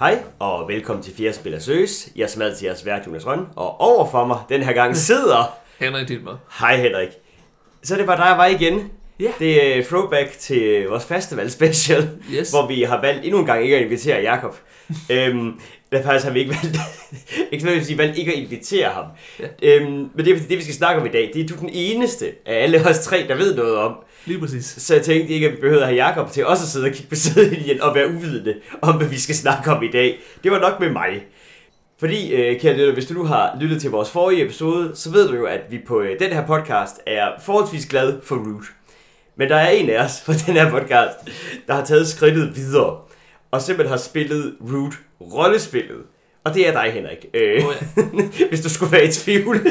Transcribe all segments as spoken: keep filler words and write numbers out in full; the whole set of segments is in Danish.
Hej og velkommen til Fjerde Spiller Søs. Jeg smadrer til jeres vært, Jonas Rønn, og overfor mig den her gang sidder... Henrik Dittmer. Hej Henrik. Så det var dig og mig igen. Yeah. Det er throwback til vores festival special, yes. hvor vi har valgt endnu en gang ikke at invitere Jakob. øhm, der faktisk har vi ikke valgt, ikke vil sige, valgt ikke at invitere ham. Yeah. Øhm, men det, det vi skal snakke om i dag, det er du den eneste af alle os tre, der ved noget om. Lige præcis. Så jeg tænkte ikke, at vi behøvede at have Jakob til også at sidde og kigge på sidelinjen og være uvidende om, hvad vi skal snakke om i dag. Det var nok med mig. Fordi, øh, kære lytter, hvis du nu har lyttet til vores forrige episode, så ved du jo, at vi på øh, den her podcast er forholdsvis glade for Root. Men der er en af os på den her podcast, der har taget skridtet videre, og simpelthen har spillet Root rollespillet. Og det er dig, Henrik. Øh, oh, ja. Hvis du skulle være i tvivl.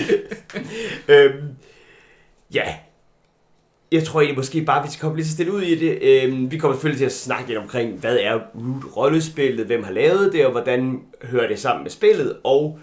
øhm, ja. Jeg tror egentlig måske bare, vi skal komme lidt så stille ud i det. Øhm, vi kommer selvfølgelig til at snakke lidt omkring, hvad er Root rollespillet, hvem har lavet det, og hvordan hører det sammen med spillet, og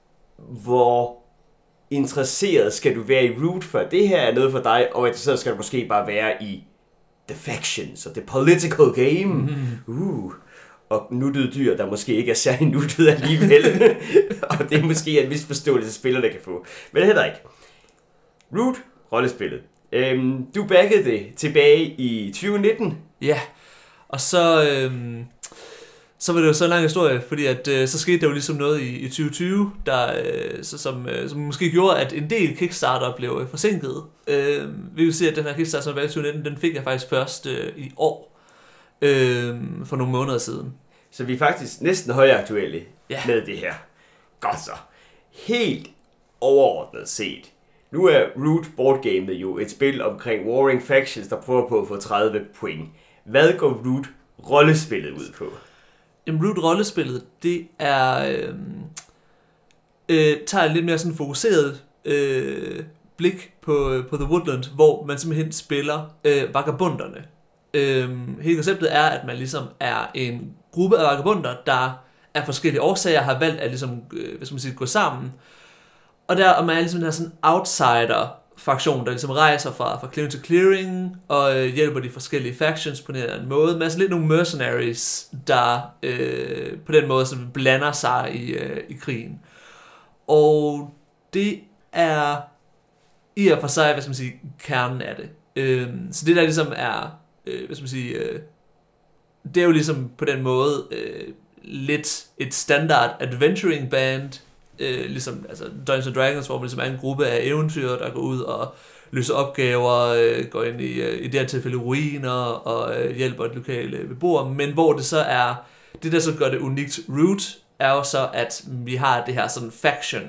hvor interesseret skal du være i Root, for det her er noget for dig, og interesseret skal du måske bare være i The Factions og The Political Game. Mm. Uh. Og nuttede dyr, der måske ikke er særlig nuttede alligevel. Og det er måske en vis forståelse, spillerne kan få. Men heller ikke. Root rollespillet. Øhm, du backede det tilbage i tyve nitten. Ja, og så, øhm, så var det jo så en lang historie, fordi at, øh, så skete der jo ligesom noget i, i tyve tyve, der, øh, så, som, øh, som måske gjorde, at en del Kickstarter blev forsinket. Øh, vi vil sige, at den her Kickstarter, som var i tyve nitten, den fik jeg faktisk først øh, i år, øh, for nogle måneder siden. Så vi er faktisk næsten højaktuelle ja. med det her. Godt så. Helt overordnet set. Nu er Root boardgamet jo et spil omkring warring factions, der prøver på at få tredive point. Hvad går Root rollespillet ud på? Jamen, Root rollespillet, det er øh, øh, tager et lidt mere sådan fokuseret øh, blik på, på The Woodland, hvor man simpelthen spiller øh, vagabunderne. Øh, hele konceptet er, at man ligesom er en gruppe af vagabunder, der af forskellige årsager har valgt at ligesom, øh, hvad skal man sige, gå sammen. Og der og man er ligesom den her sådan outsider-fraktion, der ligesom rejser fra, fra clearing til clearing, og øh, hjælper de forskellige factions på en eller anden måde. Men altså lidt nogle mercenaries, der øh, på den måde sådan blander sig i, øh, i krigen. Og det er i og for sig, hvad skal man sige, kernen af det. Øh, så det der ligesom er, øh, hvad skal man sige, øh, det er jo ligesom på den måde øh, lidt et standard adventuring band, Øh, ligesom altså Dungeons and Dragons, hvor man ligesom er en gruppe af eventyr, der går ud og løser opgaver, øh, går ind i, øh, i det her tilfælde ruiner og øh, hjælper et lokale beboere, men hvor det så er, det der så gør det unikt Root, er jo så, at vi har det her sådan faction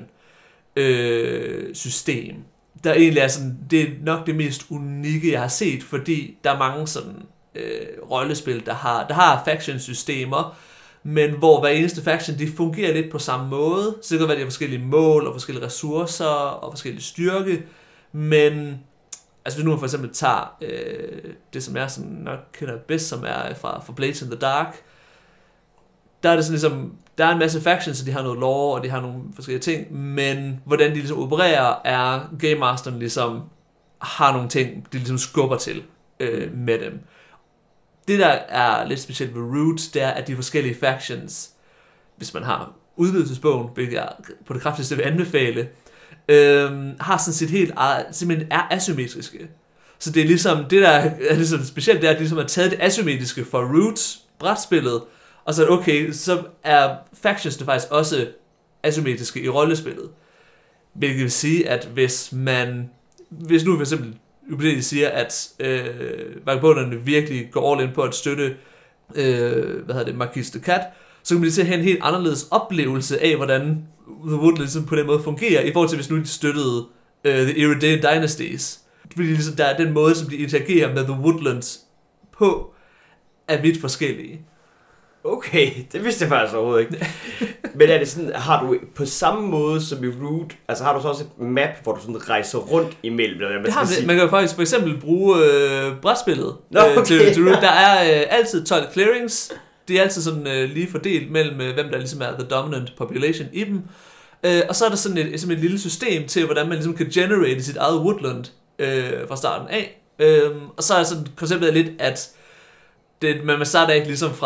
øh, system, der egentlig er sådan, det er nok det mest unikke, jeg har set, fordi der er mange sådan øh, rollespil, der har, der har faction systemer, men hvor hver eneste faction, de fungerer lidt på samme måde. Så det kan være, at de har forskellige mål og forskellige ressourcer og forskellige styrke. Men altså hvis nu man for eksempel tager øh, det, som jeg sådan nok kender bedst, som er fra, fra Blades in the Dark, der er det sådan ligesom, der er en masse factions, så de har noget lore, og de har nogle forskellige ting, men hvordan de ligesom opererer, er Game Masteren ligesom har nogle ting, de ligesom skubber til øh, med dem. Det, der er lidt specielt ved Root, det er, at de forskellige factions, hvis man har udvidelsesbogen, hvilket jeg på det kraftigste vil anbefale, øhm, har sådan set helt simpelthen er asymmetriske. Så det er ligesom, det der er ligesom specielt, det er, at de ligesom har taget det asymmetriske fra Roots brætspillet, og så okay, så er factionsne faktisk også asymmetriske i rollespillet. Hvilket vil sige, at hvis man, hvis nu for eksempel hypotetisk siger, at øh, vagabunderne virkelig går all in på at støtte øh, hvad hedder det, Marquis de Cat, så kan man lige til at have en helt anderledes oplevelse af, hvordan The Woodland ligesom på den måde fungerer, i forhold til hvis nu de støttede øh, The Iridian Dynasties. Fordi ligesom der er den måde, som de interagerer med The Woodlands på, er vidt forskellige. Okay, det vidste jeg faktisk overhovedet ikke. Men er det sådan, har du på samme måde som i Root, altså har du så også et map, hvor du sådan rejser rundt imellem, eller hvad man skal sige? Man kan jo faktisk for eksempel bruge øh, brætspillet Nå, okay, øh, til, til Root. Der er øh, altid tolv clearings. Det er altid sådan øh, lige fordelt mellem, øh, hvem der ligesom er the dominant population i dem. Øh, og så er der sådan et, sådan et lille system til, hvordan man ligesom kan generate sit eget woodland øh, fra starten af. Øh, og så er sådan konceptet lidt, at det, man starter ikke ligesom fra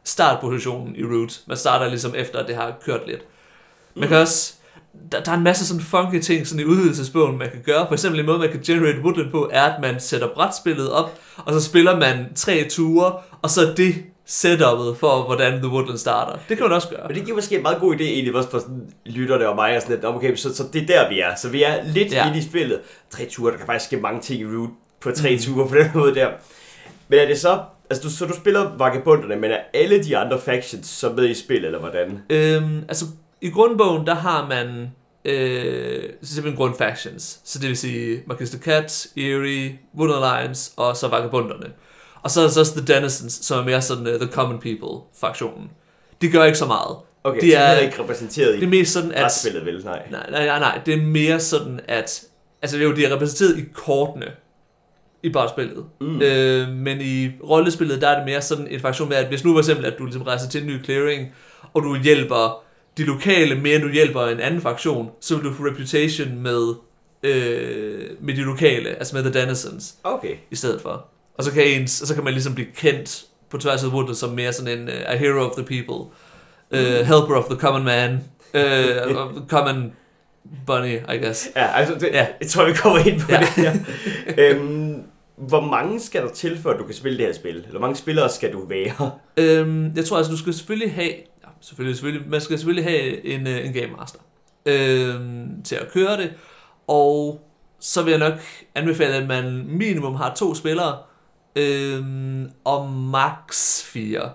startpositionen i Root. Man starter ligesom efter, at det har kørt lidt. Man kan også, der, der er en masse sådan funky ting sådan i udvidelsesbogen, man kan gøre. For eksempel en måde, man kan generate woodland på, er, at man sætter brætspillet op, og så spiller man tre ture, og så er det setupet for, hvordan The Woodland starter. Det kan man også gøre. Men det giver måske en meget god idé egentlig også for sådan lytterne og mig og sådan lidt. Okay, så, så det er der, vi er. Så vi er lidt ja. inde i spillet. Tre ture, der kan faktisk ske mange ting i Root på tre mm. ture på den måde der. Men er det så... Altså, du, så du spiller vagabunderne, men er alle de andre factions så med i spil, eller hvordan? Øhm, altså, i grundbogen, der har man øh, simpelthen grundfactions. Så det vil sige Marquis de Cat, Eerie, Woodland Alliance, og så vagabunderne. Og så er der så også The Denizens, som er mere sådan uh, The Common People-fraktionen. De gør ikke så meget. Okay, de så er, er ikke repræsenteret i det er mest sådan, at, retsspillet, vel? Nej. Nej, nej, nej, nej. Det er mere sådan, at... Altså, jo, de er repræsenteret i kortene i brætspillet. Mm. Øh, men i rollespillet, der er det mere sådan en fraktion med, at hvis nu for eksempel, at du ligesom rejser til en ny clearing, og du hjælper de lokale mere, end du hjælper en anden fraktion, så vil du få reputation med, øh, med de lokale, altså med The Denizens, okay. i stedet for. Og så kan, ens, og så kan man ligesom blive kendt på tværs af Woodland som mere sådan en uh, a hero of the people, uh, mm. helper of the common man, uh, common bunny, I guess. Ja, altså det, ja. jeg tror, vi kommer ind på ja. det her. øhm, hvor mange skal der til, for at du kan spille det her spil? Eller hvor mange spillere skal du være? Øhm, jeg tror altså, du skal selvfølgelig have, ja, selvfølgelig, selvfølgelig, man skal selvfølgelig have en, en Game Master øhm, til at køre det, og så vil jeg nok anbefale, at man minimum har to spillere, øhm, og max fire.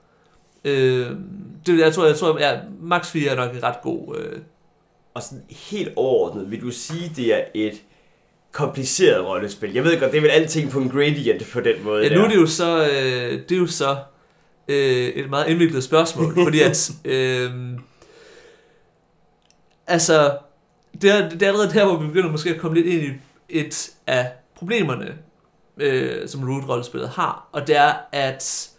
Øhm, det, jeg tror, jeg tror, ja, max fire er nok en ret god. Øh. Og sådan helt overordnet, vil du sige, det er et kompliceret rollespil? Jeg ved godt, det er vel alting på en gradient på den måde. Ja, nu er det jo så, øh, det er jo så øh, et meget indviklet spørgsmål, fordi at, øh, altså, det er, det er allerede der, hvor vi begynder måske at komme lidt ind i et af problemerne, øh, som Root-rollespillet har, og det er, at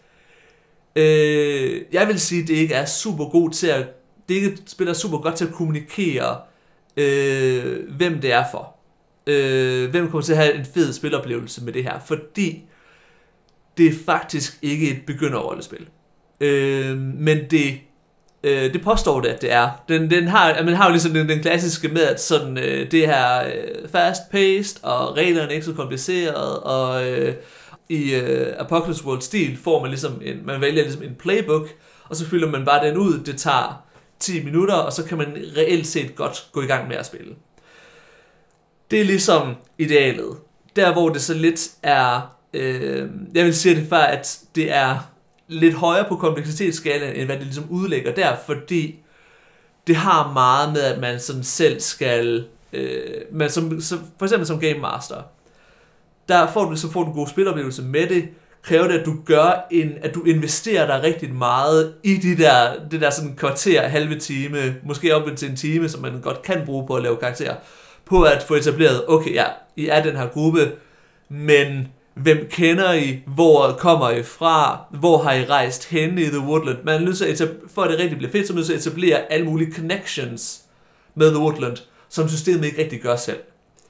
øh, jeg vil sige, at det ikke er super god til at, det ikke spiller super godt til at kommunikere, øh, hvem det er for. Øh, hvem kommer til at have en fed spiloplevelse med det her, fordi det er faktisk ikke et begynderrollespil. Øh, men det øh, det påstår det, at det er. Den, den har, man har jo ligesom den, den klassiske med, at sådan, øh, det her øh, fast-paced, og reglerne er ikke så komplicerede, og øh, i øh, Apocalypse World-stil får man ligesom en, man vælger ligesom en playbook, og så fylder man bare den ud, det tager ti minutter, og så kan man reelt set godt gå i gang med at spille. Det er ligesom idealet. Der hvor det så lidt er, øh, jeg vil sige det før, at det er lidt højere på kompleksitetsskalaen, end hvad det ligesom udlægger der, fordi det har meget med, at man sådan selv skal, øh, man som, så for eksempel som Game Master, der får du, så får du en god spiloplevelse med det, kræver det, at du gør en, at du investerer dig rigtig meget i de der, det der sådan kvarter, halve time, måske op til en time, som man godt kan bruge på at lave karakterer, på at få etableret, okay, ja, I er den her gruppe, men hvem kender I, hvor kommer I fra, hvor har I rejst hen i The Woodland? Man er nødt til at etablere, for at det rigtig bliver fedt, så er man nødt til at etablere alle mulige connections med The Woodland, som systemet ikke rigtig gør selv.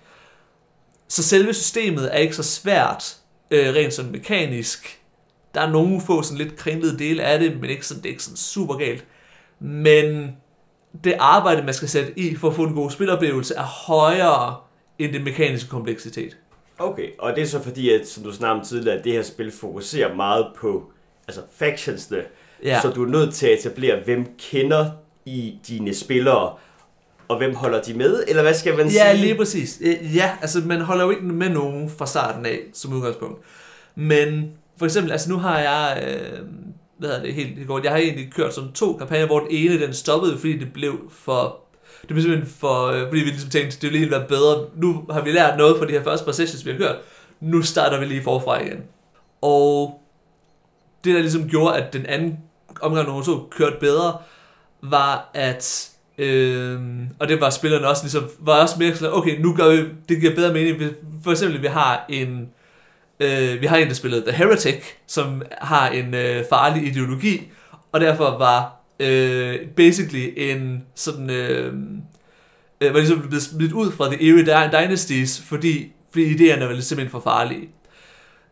Så selve systemet er ikke så svært, øh, rent sådan mekanisk. Der er nogle få sådan lidt kringlede dele af det, men ikke sådan, det er ikke sådan super galt. Men det arbejde, man skal sætte i for at få en god spiloplevelse, er højere end den mekaniske kompleksitet. Okay, og det er så fordi, at, som du snakkede om tidligere, at det her spil fokuserer meget på altså factionsne, ja. Så du er nødt til at etablere, hvem kender I dine spillere, og hvem holder de med, eller hvad skal man ja, sige? Ja, lige præcis. Ja, altså man holder jo ikke med nogen fra starten af, som udgangspunkt. Men for eksempel, altså nu har jeg, øh, hvad hedder det helt, helt godt, jeg har egentlig kørt sådan to kampagner, hvor den ene, den stoppede, fordi det blev for, det blev simpelthen for, øh, fordi vi ligesom tænkte, det ville helt være bedre, nu har vi lært noget fra de her første par sessions, vi har kørt, nu starter vi lige forfra igen. Og det, der ligesom gjorde, at den anden omgang nummer to kørte bedre, var at, øh, og det var spillerne også ligesom, var også mere sådan, okay, nu gør vi, det giver bedre mening, for eksempel, vi har en, øh, vi har en, der spillede The Heretic, som har en øh, farlig ideologi, og derfor var øh, basically en sådan, øh, øh, var ligesom blevet smidt ud fra The Eerie Dynasties, fordi, fordi idéerne var simpelthen for farlige.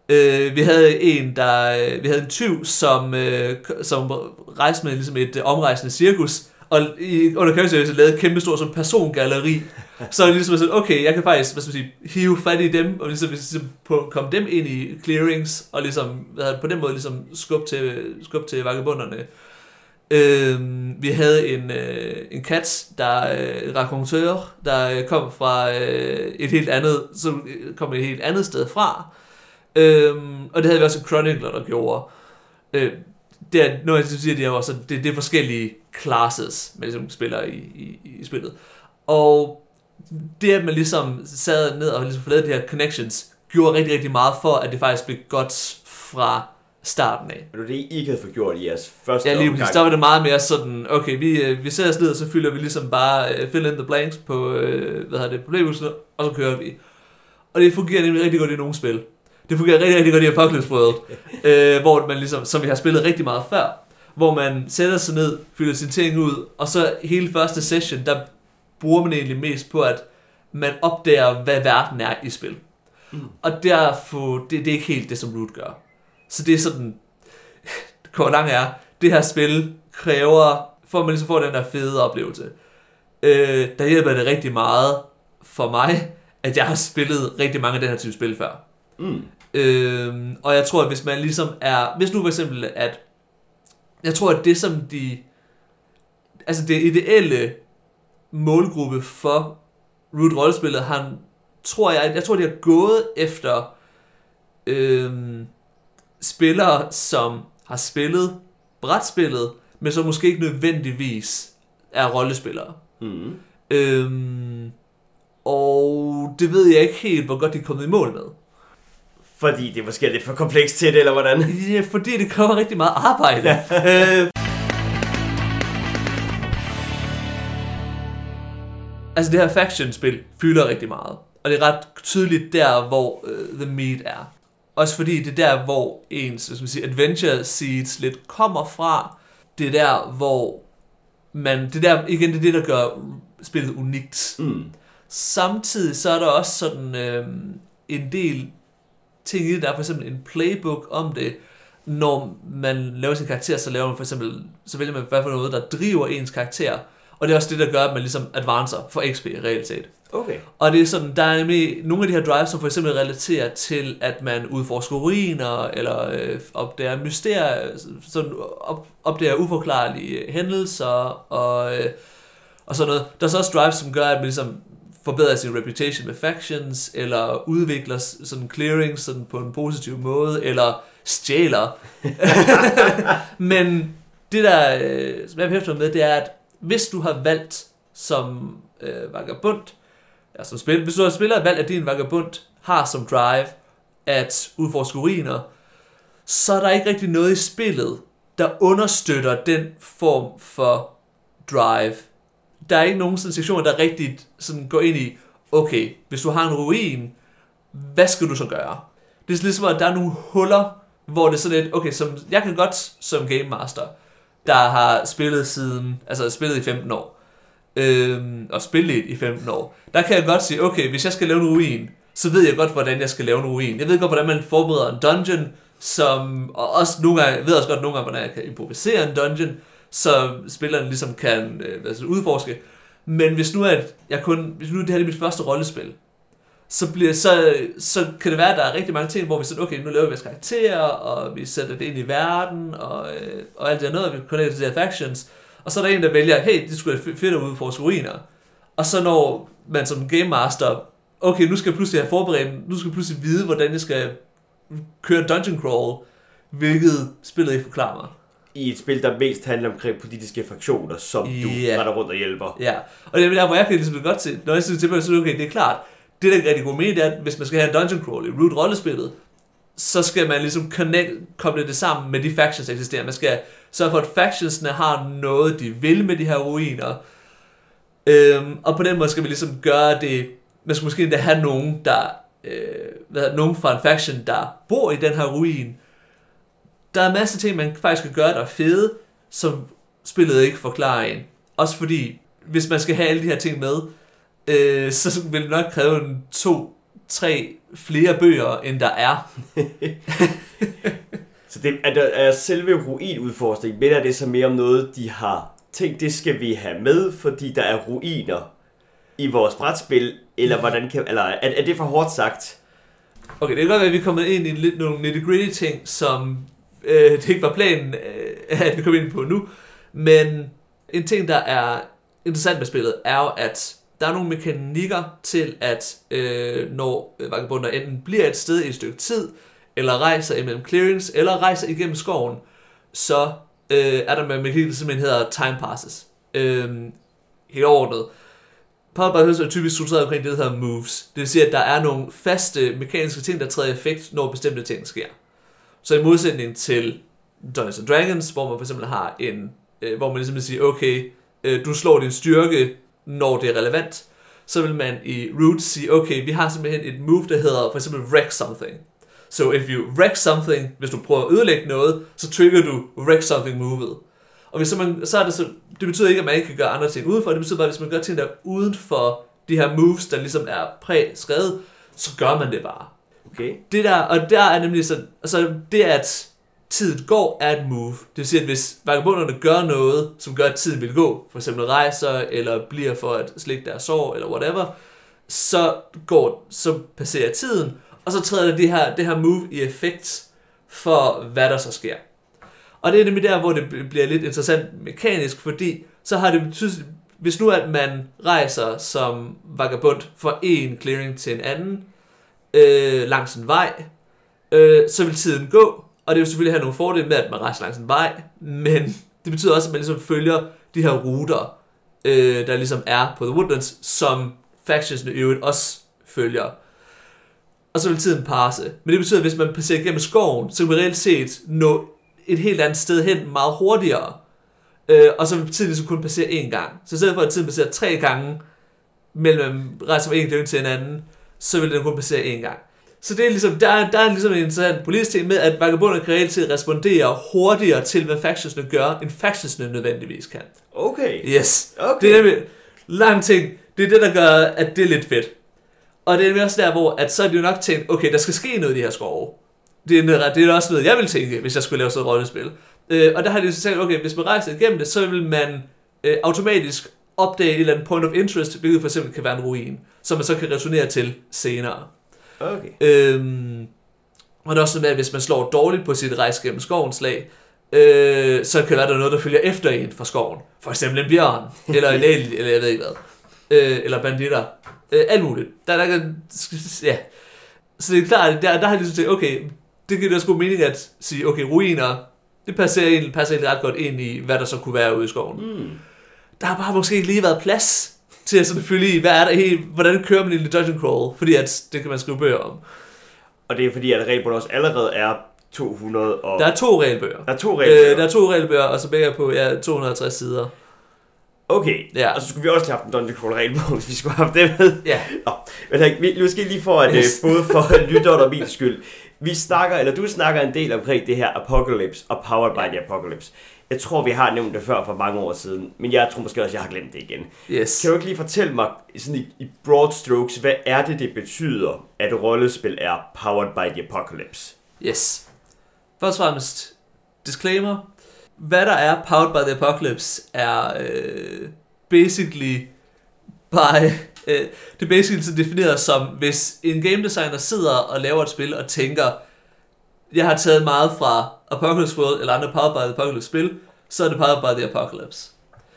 Øh, vi havde en, der, vi havde en tyv, som, øh, som rejste med ligesom et øh, omrejsende cirkus, og i, under Character lavede et kæmpe stort som persongalleri. Så er det ligesom sådan, okay, jeg kan faktisk, hvad skal man sige, hive fat i dem, og ligesom, ligesom på, komme dem ind i clearings, og ligesom, hvad, på den måde ligesom skubbe til, skub til vagabunderne. Øh, vi havde en, øh, en kat, der øh, raconteur, der kom fra øh, et helt andet, som kom et helt andet sted fra. Øhm, og det havde vi også en chronicler, der gjorde. Øh, det er, når jeg siger, det er også, det, det er forskellige classes, man ligesom spiller i, i, i spillet. Og det, at man ligesom sad ned og ligesom lavede de her connections, gjorde rigtig, rigtig meget for, at det faktisk blev godt fra starten af. Men det er det, I ikke havde fået gjort i jeres første ja, lige omgang? Der var det meget mere sådan, okay, vi, vi sætter os ned, og så fylder vi ligesom bare uh, fill in the blanks på, uh, hvad hedder det, på playhuset, og så kører vi. Og det fungerer nemlig rigtig godt i nogle spil. Det fungerer rigtig, rigtig godt i Apocalypse-brødet, øh, hvor man ligesom, som vi har spillet rigtig meget før, hvor man sætter sig ned, fylder sine ting ud, og så hele første session, der bruger man egentlig mest på, at man opdager, hvad verden er i spil. Mm. Og derfor, det, det er ikke helt det, som Root gør. Så det er sådan, hvor langt er, det her spil kræver, for at man ligesom får den der fede oplevelse. Øh, der hjælper det rigtig meget for mig, at jeg har spillet rigtig mange af den her type spil før. Mm. Øhm, og jeg tror, at hvis man ligesom er, hvis nu for eksempel, at jeg tror, at det som de, altså det ideelle målgruppe for Root rollespillet, han tror jeg, jeg tror, de har gået efter øhm, spillere, som har spillet brætspillet, men som måske ikke nødvendigvis er rollespillere. Mm. Øhm, og det ved jeg ikke helt, hvor godt de er kommet i mål med. Fordi det er måske lidt for komplekst til det, eller hvordan? Ja, fordi det kræver rigtig meget arbejde. øh, altså det her faction-spil fylder rigtig meget. Og det er ret tydeligt der, hvor uh, the meat er. Også fordi det er der, hvor ens hvad skal man sige, adventure seeds lidt kommer fra. Det er der, hvor man... Det er der, igen, det er det, der gør spillet unikt. Mm. Samtidig så er der også sådan øh, en del ting i det. Der er for eksempel en playbook om det. Når man laver sin karakter, så laver man for eksempel, så vælger man hvad for noget, der driver ens karakter. Og det er også det, der gør, at man ligesom advancer for X P i realitet. Okay. Og det er sådan, der er nemlig nogle af de her drives, som for eksempel relaterer til, at man udforsker ruiner, eller øh, opdager mysterier, sådan op, opdager uforklarlige hændelser, og, øh, og sådan noget. Der er så også drives, som gør, at man ligesom forbedrer sin reputation med factions, eller udvikler sådan clearings sådan på en positiv måde, eller stjæler. Men det der, øh, som jeg hæfter med, det er, at hvis du har valgt som øh, vagabund, ja, som spil, hvis du har spillet valgt, at din vagabund har som drive at udforske ruiner, så er der ikke rigtig noget i spillet, der understøtter den form for drive. Der er ikke nogen sådan sektioner, der rigtig sådan går ind i, okay, hvis du har en ruin, hvad skal du så gøre? Det er ligesom, at der er nogle huller, hvor det er sådan lidt, okay, som, jeg kan godt som game master, der har spillet siden, altså spillet i femten år, øhm, og spillet i femten år, der kan jeg godt sige, okay, hvis jeg skal lave en ruin, så ved jeg godt, hvordan jeg skal lave en ruin. Jeg ved godt, hvordan man forbereder en dungeon, som, og også nogle gange, jeg ved også godt nogle gange, hvordan jeg kan improvisere en dungeon, så spilleren ligesom kan øh, altså udforske. Men hvis nu, at jeg kun, hvis nu det her er mit første rollespil, så, bliver, så, så kan det være, at der er rigtig mange ting, hvor vi siger, okay, nu laver vi vores karakterer, og vi sætter det ind i verden, og, øh, og alt det andet, og vi connecter til de her factions. Og så er der en, der vælger, hey, det skulle være fedt at udforske ruiner. Og så når man som game master, okay, nu skal jeg pludselig have forberedt, nu skal jeg pludselig vide, hvordan jeg skal køre dungeon crawl, hvilket spillet ikke forklarer mig. I et spil, der mest handler om politiske fraktioner, som du yeah. retter rundt og hjælper. Ja, og det er der, hvor jeg kan ligesom godt se, når jeg synes til mig, så okay, det er klart, det der er rigtig god med, det er, at hvis man skal have en dungeon crawl i Root-rollespillet, så skal man ligesom connect, koble det sammen med de factions, der eksisterer. Man skal sørge for, at factionsne har noget, de vil med de her ruiner. Øhm, og på den måde skal vi ligesom gøre det, man skal måske endda have nogen, der, øh, hvad, nogen fra en faction, der bor i den her ruin. Der er masser af ting, man faktisk kan gøre, der er fede, som spillet ikke forklarer en. Også fordi, hvis man skal have alle de her ting med, øh, så vil det nok kræve en to tre flere bøger, end der er. Så det er, der er selve ruinudforskning, men er det så mere om noget, de har tænkt, det skal vi have med, fordi der er ruiner i vores brætspil, eller hvordan kan, eller er, er det for hårdt sagt? Okay, det kan godt være, at vi er kommet ind i lidt nogle nitty-gritty ting, som øh, det ikke var planen, øh, at vi kom ind på nu, men en ting, der er interessant med spillet, er jo, at der er nogle mekanikker til, at øh, når vagabunder enten bliver et sted i et stykke tid, eller rejser imellem clearings, eller rejser igennem skoven, så øh, er der med mekanik, der simpelthen hedder time passes. Øh, helt overordnet. Powered by the Apocalypse er typisk struktureret omkring det, der hedder moves. Det vil sige, at der er nogle faste mekaniske ting, der træder i effekt, når bestemte ting sker. Så i modsætning til Dungeons and Dragons, hvor man for eksempel har en, øh, hvor man ligesom vil sige, okay, øh, du slår din styrke, når det er relevant, så vil man i Root sige, okay, vi har simpelthen et move, der hedder for eksempel wreck something. So if you wreck something, hvis du prøver at ødelægge noget, så trigger du wreck something movet. Og hvis så, man, så er det så, det betyder ikke, at man ikke kan gøre andre ting udenfor, det betyder bare, at hvis man gør ting der uden for de her moves, der ligesom er præskrevet, så gør man det bare. Okay. Det der, og der er nemlig så, altså det at tiden går er et move. Det vil sige, at hvis vagabunderne gør noget, som gør, at tiden vil gå, for eksempel rejser, eller bliver for at slikke deres sår, eller whatever, så går, så passerer tiden, og så træder det, det, her, det her move i effekt for, hvad der så sker. Og det er nemlig der, hvor det bliver lidt interessant mekanisk, fordi så har det betydet, hvis nu at man rejser som vagabund fra en clearing til en anden, øh, langs en vej, øh, så vil tiden gå, og det vil selvfølgelig have nogle fordele med, at man rejser langs en vej, men det betyder også, at man ligesom følger de her ruter, øh, der ligesom er på The Woodlands, som factionsne i øvrigt også følger. Og så vil tiden passe. Men det betyder, at hvis man passerer gennem skoven, så kan man reelt set nå et helt andet sted hen meget hurtigere. Øh, og så vil tiden ligesom kun passere én gang. Så i stedet for at tiden passerer tre gange, mellem rejser fra en clearing til en anden, så vil den kun passere én gang. Så det er ligesom, der, er, der er ligesom en interessant politisk ting med, at vagabunder kan reelt set respondere hurtigere til, hvad factionsne gør, end factionsne nødvendigvis kan. Okay. Yes. Okay. Det er nemlig lang ting. Det er det, der gør, at det er lidt fedt. Og det er nemlig også der, hvor at så er det jo nok tænkt, okay, der skal ske noget i de her skove. Det er, det er også noget, jeg vil tænke, hvis jeg skulle lave sådan et rollespil. Øh, og der har de så sagt, okay, hvis man rejser igennem det, så vil man øh, automatisk opdage et eller andet point of interest, hvilket for eksempel kan være en ruin, som man så kan returnere til senere. Okay. Øhm, og det er også sådan med, at hvis man slår dårligt på sit rejse gennem skovens slag, øh, så kan det være, der er noget, der følger efter en fra skoven. For eksempel en bjørn, eller en el, eller jeg ved ikke hvad. Øh, eller banditter. Øh, alt muligt. Der, der kan, ja. Så det er klart, der, der har de ligesom tænkt, okay, det giver også god mening at sige, okay, ruiner, det passer egentlig, passer egentlig ret godt ind i, hvad der så kunne være ude i skoven. Mm. Der har bare måske ikke lige været plads til at sådan følge i, hvad er der helt, hvordan kører man egentlig dungeon crawl, fordi at det kan man skrive bøger om. Og det er fordi, at regelbogen også allerede er to hundrede og... Der er to regelbøger. Der er to regelbøger. Øh, der er to regelbøger, og så begge på ja, to hundrede og halvtreds sider. Okay, ja. Og så skulle vi også have haft en dungeon crawl regelbog, hvis vi skulle have haft det med. Ja. Nå, men vi måske lige for, at yes. både for lytteren og min skyld, vi snakker, eller du snakker en del omkring det her Apocalypse og Powered by the Apocalypse. Jeg tror, vi har nævnt det før for mange år siden, men jeg tror måske også, jeg har glemt det igen. Yes. Kan du ikke lige fortælle mig sådan i, i broad strokes, hvad er det, det betyder, at rollespil er Powered by the Apocalypse? Yes. Først og fremmest, disclaimer. Hvad der er Powered by the Apocalypse er øh, basically by... Øh, det er basically defineret som, hvis en game designer sidder og laver et spil og tænker, jeg har taget meget fra Apocalypse World eller andre Powered by the Apocalypse spil, så er det Powered by the Apocalypse.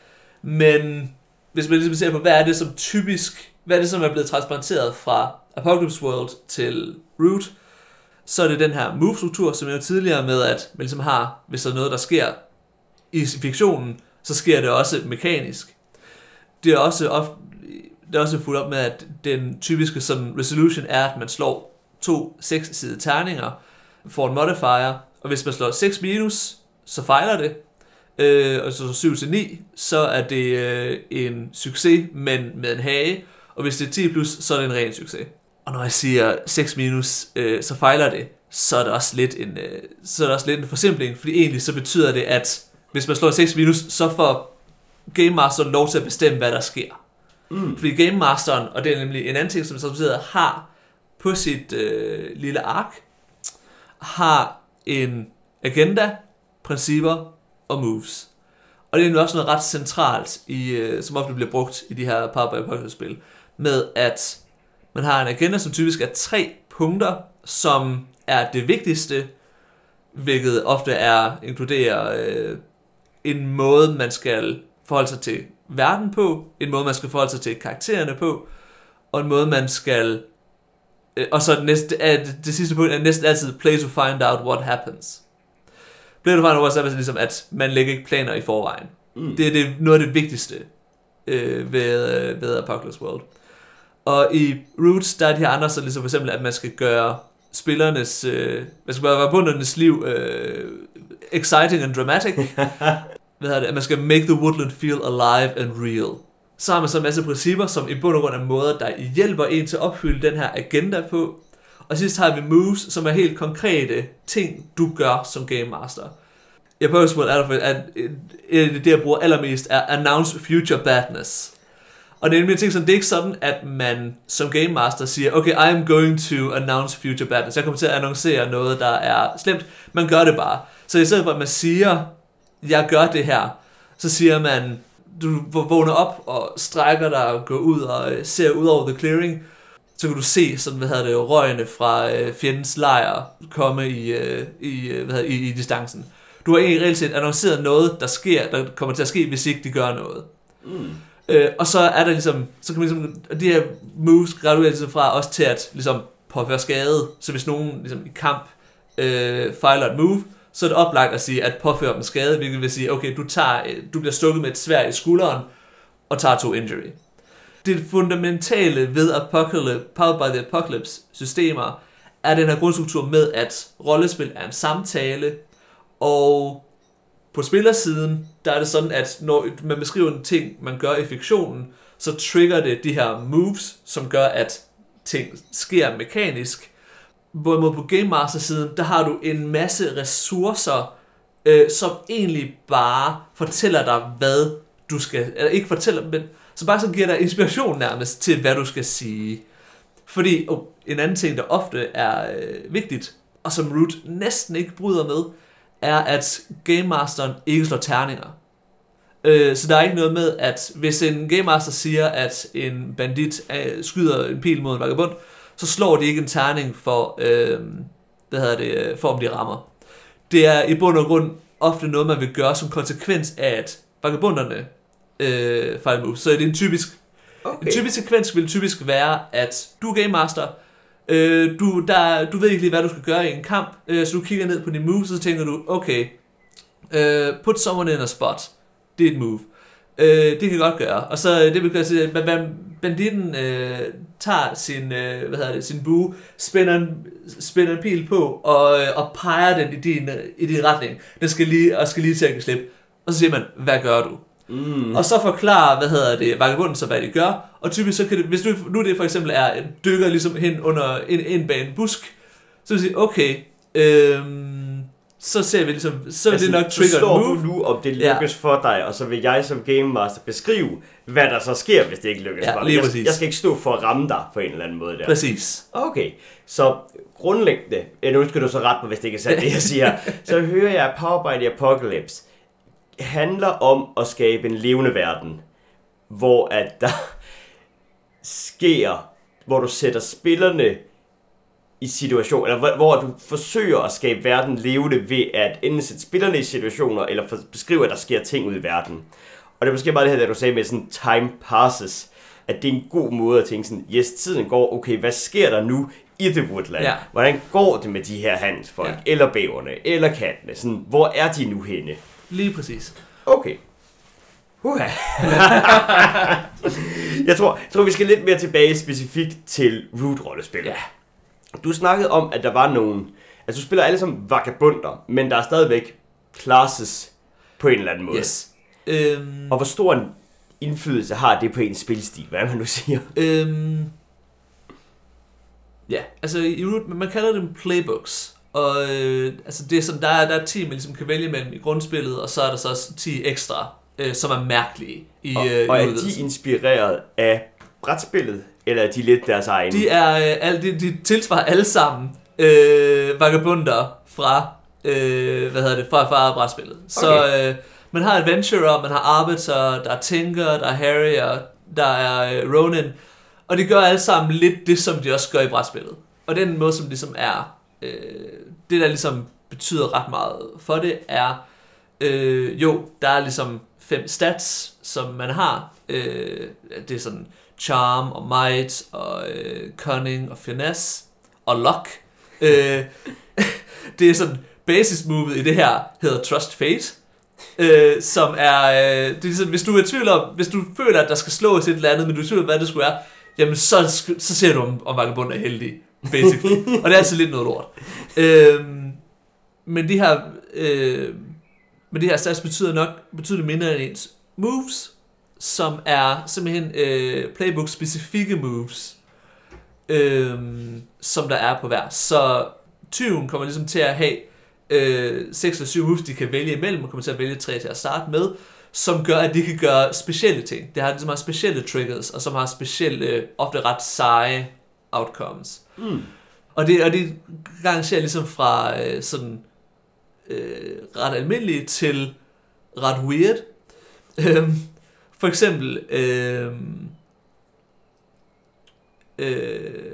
Men hvis man ligesom ser på, hvad er det som typisk, hvad er det som er blevet transplanteret fra Apocalypse World til Root, så er det den her move-struktur, som jeg jo tidligere med, at man ligesom har, hvis der er noget, der sker i fiktionen, så sker det også mekanisk. Det er også, ofte, det er også fuldt op med, at den typiske sådan, resolution er, at man slår to seks-sidede terninger, får en modifier, og hvis man slår seks minus, så fejler det. Øh, og så syv til ni, så er det øh, en succes, men med en hage, og hvis det er ti plus, så er det en ren succes. Og når jeg siger seks minus, øh, så fejler det, så er det også lidt en, øh, så er det også lidt en forsimpling, fordi egentlig så betyder det, at hvis man slår seks minus, så får Game Masteren lov til at bestemme, hvad der sker. Mm. Fordi Game Masteren, og det er nemlig en anden ting, som så betyder, har på sit øh, lille ark har en agenda, principper og moves. Og det er jo også noget ret centralt, i, øh, som ofte bliver brugt i de her Powered by Apocalypse-spil, med at man har en agenda, som typisk er tre punkter, som er det vigtigste, hvilket ofte er inkluderer øh, en måde, man skal forholde sig til verden på, en måde, man skal forholde sig til karaktererne på, og en måde, man skal... Øh, og så det, næste, øh, det, det sidste punkt er næsten altid play to find out what happens. Play to find out what happens er ligesom, at man lægger ikke planer i forvejen. Mm. Det er det, noget af det vigtigste øh, ved, øh, ved Apocalypse World. Og i Roots, der er de her andre, så ligesom for eksempel, at man skal gøre spillernes, øh, man skal gøre bundernes liv øh, exciting and dramatic. Hvad hedder det? At man skal make the woodland feel alive and real. Så har man så en masse principper, som i bund og grund er måder, der hjælper en til at opfylde den her agenda på. Og sidst har vi moves, som er helt konkrete ting, du gør som Game Master. I Apocalypse World er der, at det, jeg bruger allermest, er announce future badness. Og det er nemlig en ting, som det er ikke sådan, at man som Game Master siger, okay, I am going to announce future badness. Jeg kommer til at annoncere noget, der er slemt. Man gør det bare. Så i stedet for, at man siger, jeg gør det her, så siger man, du vågner op og strækker dig og går ud og ser ud over the clearing, så kan du se sådan, hvad hedder det, røgene fra øh, fjendens lejr komme i, øh, i, hvad hedder, i, i distancen. Du har egentlig reelt set annonceret noget, der sker, der kommer til at ske, hvis ikke de gør noget. Mm. Øh, og så er der ligesom, så kan man ligesom, de her moves graduerer ligesom fra også til at ligesom påføre skade. Så hvis nogen ligesom i kamp øh, fejler et move, så er det oplagt at sige, at påføre dem skade, hvilket vil sige, okay, du, tager, du bliver stukket med et sværd i skulderen, og tager to injury. Det fundamentale ved Apocalypse, Powered by the Apocalypse systemer, er den her grundstruktur med, at rollespil er en samtale, og på spillersiden, der er det sådan, at når man beskriver en ting, man gør i fiktionen, så trigger det de her moves, som gør, at ting sker mekanisk. Hvorimod på Game Master-siden, der har du en masse ressourcer, øh, som egentlig bare fortæller dig, hvad du skal... Eller ikke fortæller, men så bare så giver dig inspiration nærmest til, hvad du skal sige. Fordi oh, en anden ting, der ofte er øh, vigtigt, og som Root næsten ikke bryder med, er, at Game Masteren ikke slår terninger. Øh, så der er ikke noget med, at hvis en Game Master siger, at en bandit øh, skyder en pil mod en vagabond, så slår de ikke en terning for, øh, hvad hedder det, for om de rammer. Det er i bund og grund ofte noget, man vil gøre som konsekvens af, at vagabonderne øh, fejler moves. Så det er en typisk, okay. En typisk sekvens vil typisk være, at du er Game Master, øh, du, der, du ved ikke lige, hvad du skal gøre i en kamp, øh, så du kigger ned på dine moves, og så tænker du, okay, øh, put someone in a spot. Det er et move. Øh, det kan godt gøre. Og så det vil sige, at banditten øh, tager sin, øh, hvad hedder det, sin bue, spænder en, spænder en pil på og, og peger den i din, i din retning. Den skal lige, og skal lige til at give slip. Og så siger man, hvad gør du? Mm. Og så forklarer, hvad hedder det, vagabunden så, hvad de gør. Og typisk så kan det, hvis du, nu det for eksempel er en dykker ligesom hen under en, en bag en busk, så vil sige, okay, øhm, så ser vi ligesom, så altså, det nok trigger så står du nu, om det lykkes ja. for dig, og så vil jeg som Game Master beskrive, hvad der så sker, hvis det ikke lykkes ja, for dig. Jeg, jeg skal ikke stå for at ramme dig på en eller anden måde der. Præcis. Okay, så grundlæggende, ja, nu skal du så rette mig, hvis det ikke er sandt, det jeg siger, så hører jeg, at Powered by the Apocalypse handler om at skabe en levende verden, hvor at der sker, hvor du sætter spillerne i situation, eller hvor, hvor du forsøger at skabe verden levende ved at enten sætte spillerne i situationer, eller for, beskrive, at der sker ting ud i verden. Og det er måske bare det her, der du sagde med sådan time passes, at det er en god måde at tænke sådan, yes, tiden går, okay, hvad sker der nu i The Woodland? Ja. Hvordan går det med de her handelsfolk, ja. eller bæverne, eller kattene? Sådan, hvor er de nu henne? Lige præcis. Okay. Uh-huh. jeg, tror, jeg tror, vi skal lidt mere tilbage specifikt til Root-rollespil. Ja. Du snakkede om, at der var nogle... Altså, du spiller alle som vagabunder, men der er stadigvæk classes på en eller anden måde. Yes. Øhm... Og hvor stor en indflydelse har det på ens spilstil? Hvad man nu siger? Øhm... Ja, altså, i Root, man kalder dem playbooks. Og øh, altså det er sådan, der er, der er ti, man ligesom kan vælge mellem i grundspillet, og så er der så ti ekstra, øh, som er mærkelige. I, og, øh, og i er de inspireret af brætspillet, eller er de lidt deres egen? De er øh, alle, de, de tilsvarer alle sammen øh, vagabunder fra øh, hvad hedder det, fra, fra brætspillet. Okay. Så øh, man har adventurer, man har arbiter, der er Tinker, der er Harry, der er øh, Ronin, og de gør alle sammen lidt det, som de også gør i brætspillet. Og den måde, som ligesom er, øh, det der ligesom betyder ret meget for det, er, øh, jo, der er ligesom fem stats, som man har. Øh, det er sådan charm og might og øh, cunning og finesse og luck. Øh, det er sådan, basismovet i det her hedder Trust Fate. Øh, som er, øh, det er sådan, hvis du er i tvivl om, hvis du føler, at der skal slås et eller andet, men du er i tvivl om, hvad det skulle være, jamen så, så ser du, om, om vagabunden er heldig, basically. Og det er altså lidt noget lort. Øh, men de her, øh, men de her stats betyder nok betydeligt mindre end ens moves, som er simpelthen øh, playbook-specifikke moves, øh, som der er på hver. Så tyven kommer ligesom til at have øh, seks eller syv moves, de kan vælge imellem, og kommer til at vælge tre til at starte med, som gør, at de kan gøre specielle ting. Det har ligesom har specielle triggers, og som har specielle, ofte ret seje outcomes. Mm. Og det, og det rangerer ligesom fra øh, sådan øh, ret almindeligt til ret weird. Øhm, for eksempel øh, øh,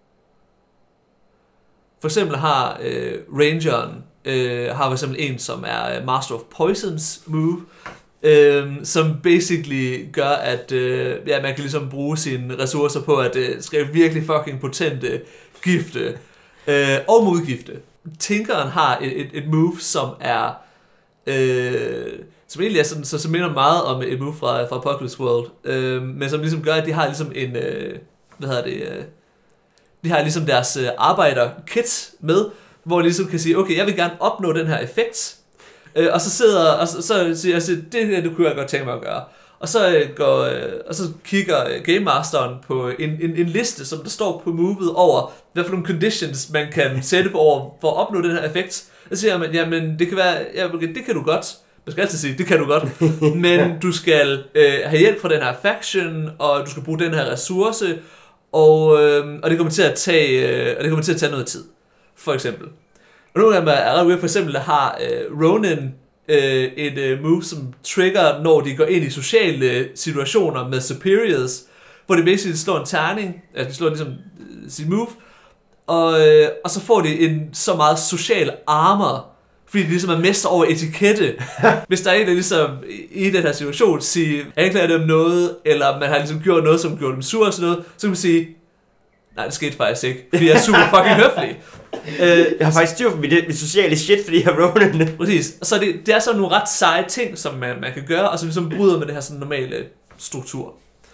for eksempel har øh, Rangeren øh, har for eksempel en, som er Master of Poisons move, øh, som basically gør, at øh, ja, man kan ligesom bruge sine ressourcer på at øh, skrive virkelig fucking potente gifte øh, og modgifte. Tinkeren har et, et, et move, som er øh, som egentlig er sådan, så, så minder meget om et move fra, fra Apocalypse World, øh, men som ligesom gør, at de har ligesom en, øh, hvad hedder det, øh, de har ligesom deres øh, arbejder-kit med, hvor de ligesom kan sige, okay, jeg vil gerne opnå den her effekt, øh, og så sidder, og så, så siger jeg, det her, det kunne jeg godt tænke mig at gøre. Og så, øh, går, øh, og så kigger øh, Game Masteren på en, en, en liste, som der står på movet over, hvad for nogle conditions man kan sætte på over, for at opnå den her effekt. Og så siger man, jamen det kan være, ja, det kan du godt. Man skal altid sige, det kan du godt, men du skal øh, have hjælp fra den her faction, og du skal bruge den her ressource, og, øh, og det kommer til at tage, øh, og det kommer til at tage noget tid, for eksempel. Og nogle af dem er ret weird, for eksempel der har øh, Ronin øh, et øh, move, som trigger, når de går ind i sociale situationer med superiors, hvor de basically slår en terning, altså de slår ligesom øh, sin move, og, øh, og så får de en så meget social armor, fordi de ligesom er mester over etikette. Hvis der er en, der ligesom i den her situation siger, anklager dem noget, eller man har ligesom gjort noget, som gjorde dem sur og sådan noget, så kan man sige, nej, det skete faktisk ikke, fordi jeg er super fucking høflig. uh, jeg har faktisk styr på mit, mit sociale shit, fordi jeg har Ronin. Præcis. Så det, det er sådan nogle ret seje ting, som man, man kan gøre, og som ligesom bryder med det her sådan normale struktur.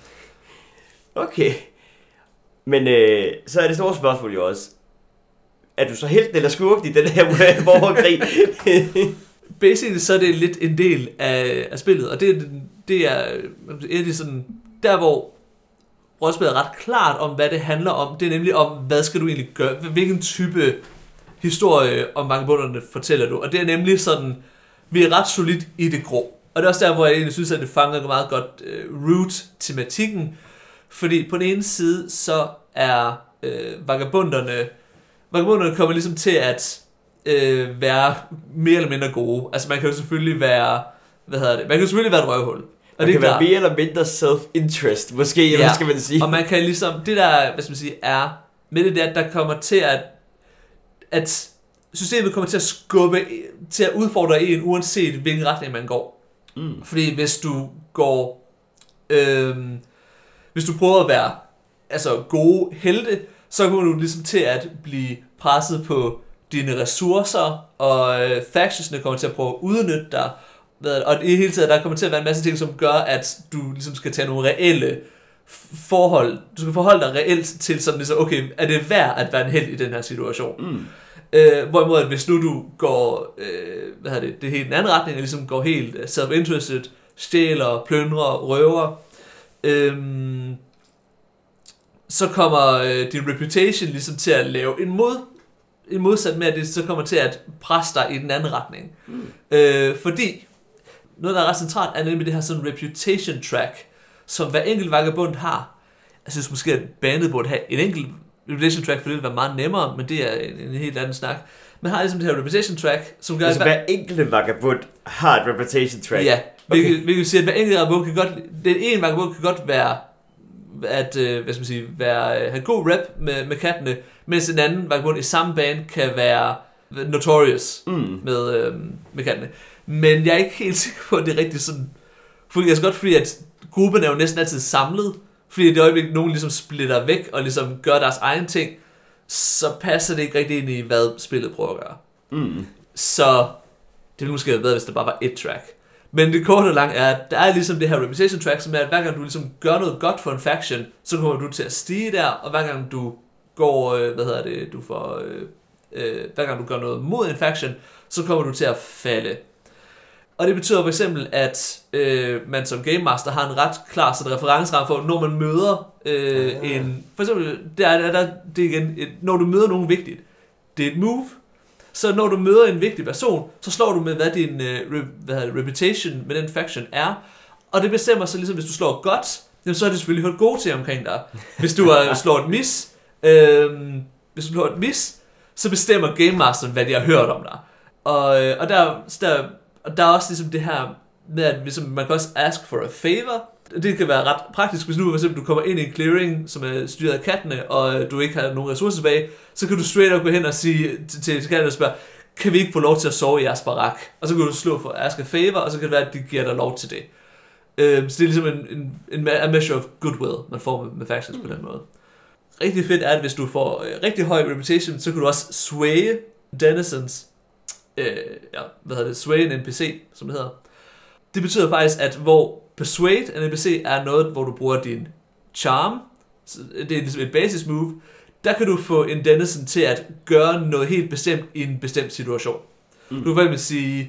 Okay. Men øh, så er det store spørgsmål jo også, er du så helt eller skurken i den her borgerkrig? Basically så er det lidt en del af, af spillet, og det, det er det er sådan, der hvor rollespillet er ret klart om, hvad det handler om. Det er nemlig om, hvad skal du egentlig gøre, hvilken type historie om vagabunderne fortæller du. Og det er nemlig sådan, vi er ret solidt i det grå. Og det er også der, hvor jeg egentlig synes, at det fanger meget godt uh, root-tematikken. Fordi på den ene side, så er uh, vagabunderne Vagabunderne kommer ligesom til at øh, være mere eller mindre gode. Altså man kan jo selvfølgelig være, hvad hedder det, man kan jo selvfølgelig være et røvhul. Og man det kan være være mere eller mindre self-interest, måske, ja, hvad skal man sige. Og man kan ligesom, det der, hvad skal man sige, er med det der, der kommer til at, at systemet kommer til at skubbe, til at udfordre en, uanset hvilken retning man går. Mm. Fordi hvis du går, øh, hvis du prøver at være altså gode helte, så kommer du ligesom til at blive presset på dine ressourcer, og øh, factionsne kommer til at prøve at udnytte dig. Og i hele tiden, der kommer til at være en masse ting, som gør, at du ligesom skal tage nogle reelle forhold. Du skal forholde dig reelt til sådan ligesom, okay, er det værd at være en helt i den her situation? Mm. Øh, hvorimod, at hvis nu du går, øh, hvad hedder det, det er helt en anden retning, og ligesom går helt self-interested, stjæler, plyndrer, røver, øh, så kommer øh, din reputation ligesom til at lave en mod, en modsat med, at det så kommer til at presse dig i den anden retning. Mm. Øh, fordi noget, der er ret centralt, er nemlig det her sådan reputation track, som hver enkelt vagabund har, jeg synes måske, at bandet burde have en enkelt reputation track, for det ville være meget nemmere, men det er en, en helt anden snak. Man har ligesom det her reputation track, som gør... Altså hver enkelte vagabond har et reputation track? Ja, okay. vi, vi kan sige, at hver enkelt vagabond kan godt... Den ene vagabond kan godt være... at øh, hvad skal man sige, være, øh, have god rap med, med kattene, mens en anden vagabond i samme band kan være notorious mm. med, øh, med kattene. Men jeg er ikke helt sikker på, at det er rigtigt sådan... Fordi jeg skal godt, fordi at gruppen er jo næsten altid samlet, fordi i det øjeblik, nogen ligesom splitter væk og ligesom gør deres egen ting, så passer det ikke rigtig ind i, hvad spillet prøver at gøre. Mm. Så det ville måske have været, hvis der bare var et track. Men det korte og lange er, at der er ligesom det her reputation track, som er, at hver gang du ligesom gør noget godt for en faction, så kommer du til at stige der, og hver gang du går, øh, hvad hedder det, du får, øh, øh, hver gang du gør noget mod en faction, så kommer du til at falde. Og det betyder for eksempel, at øh, man som Game Master har en ret klar sådan referenceramme for, når man møder øh, ja. en... For eksempel, der er der, det er igen, et, når du møder nogen vigtigt, det er et move. Så når du møder en vigtig person, så slår du med, hvad din øh, hvad hedder, reputation med den faction er. Og det bestemmer så ligesom, hvis du slår godt, jamen, så har det selvfølgelig hørt gode til omkring dig. Hvis du har slået et mis, øh, hvis du slår et mis, så bestemmer Game Master, hvad de har hørt om dig. Og, øh, og der, der Og der er også ligesom det her med, at ligesom, man kan også ask for a favor. Det kan være ret praktisk, hvis nu for eksempel du kommer ind i en clearing, som er styret af kattene, og du ikke har nogen ressourcer tilbage, så kan du straight up gå hen og sige til, til kattene og spørge, kan vi ikke få lov til at sove i jeres barak? Og så kan du slå for ask a favor, og så kan det være, at de giver dig lov til det. Um, så det er ligesom en, en, en a measure of goodwill, man får med, med factions på den måde. Rigtig fedt er, at hvis du får uh, rigtig høj reputation, så kan du også sway denizens. Øh, ja, hvad hedder det, sway en N P C, som det hedder. Det betyder faktisk, at hvor persuade en N P C er noget, hvor du bruger din charm, det er ligesom et basis move, der kan du få en denizen til at gøre noget helt bestemt i en bestemt situation. Mm. Du kan fx sige,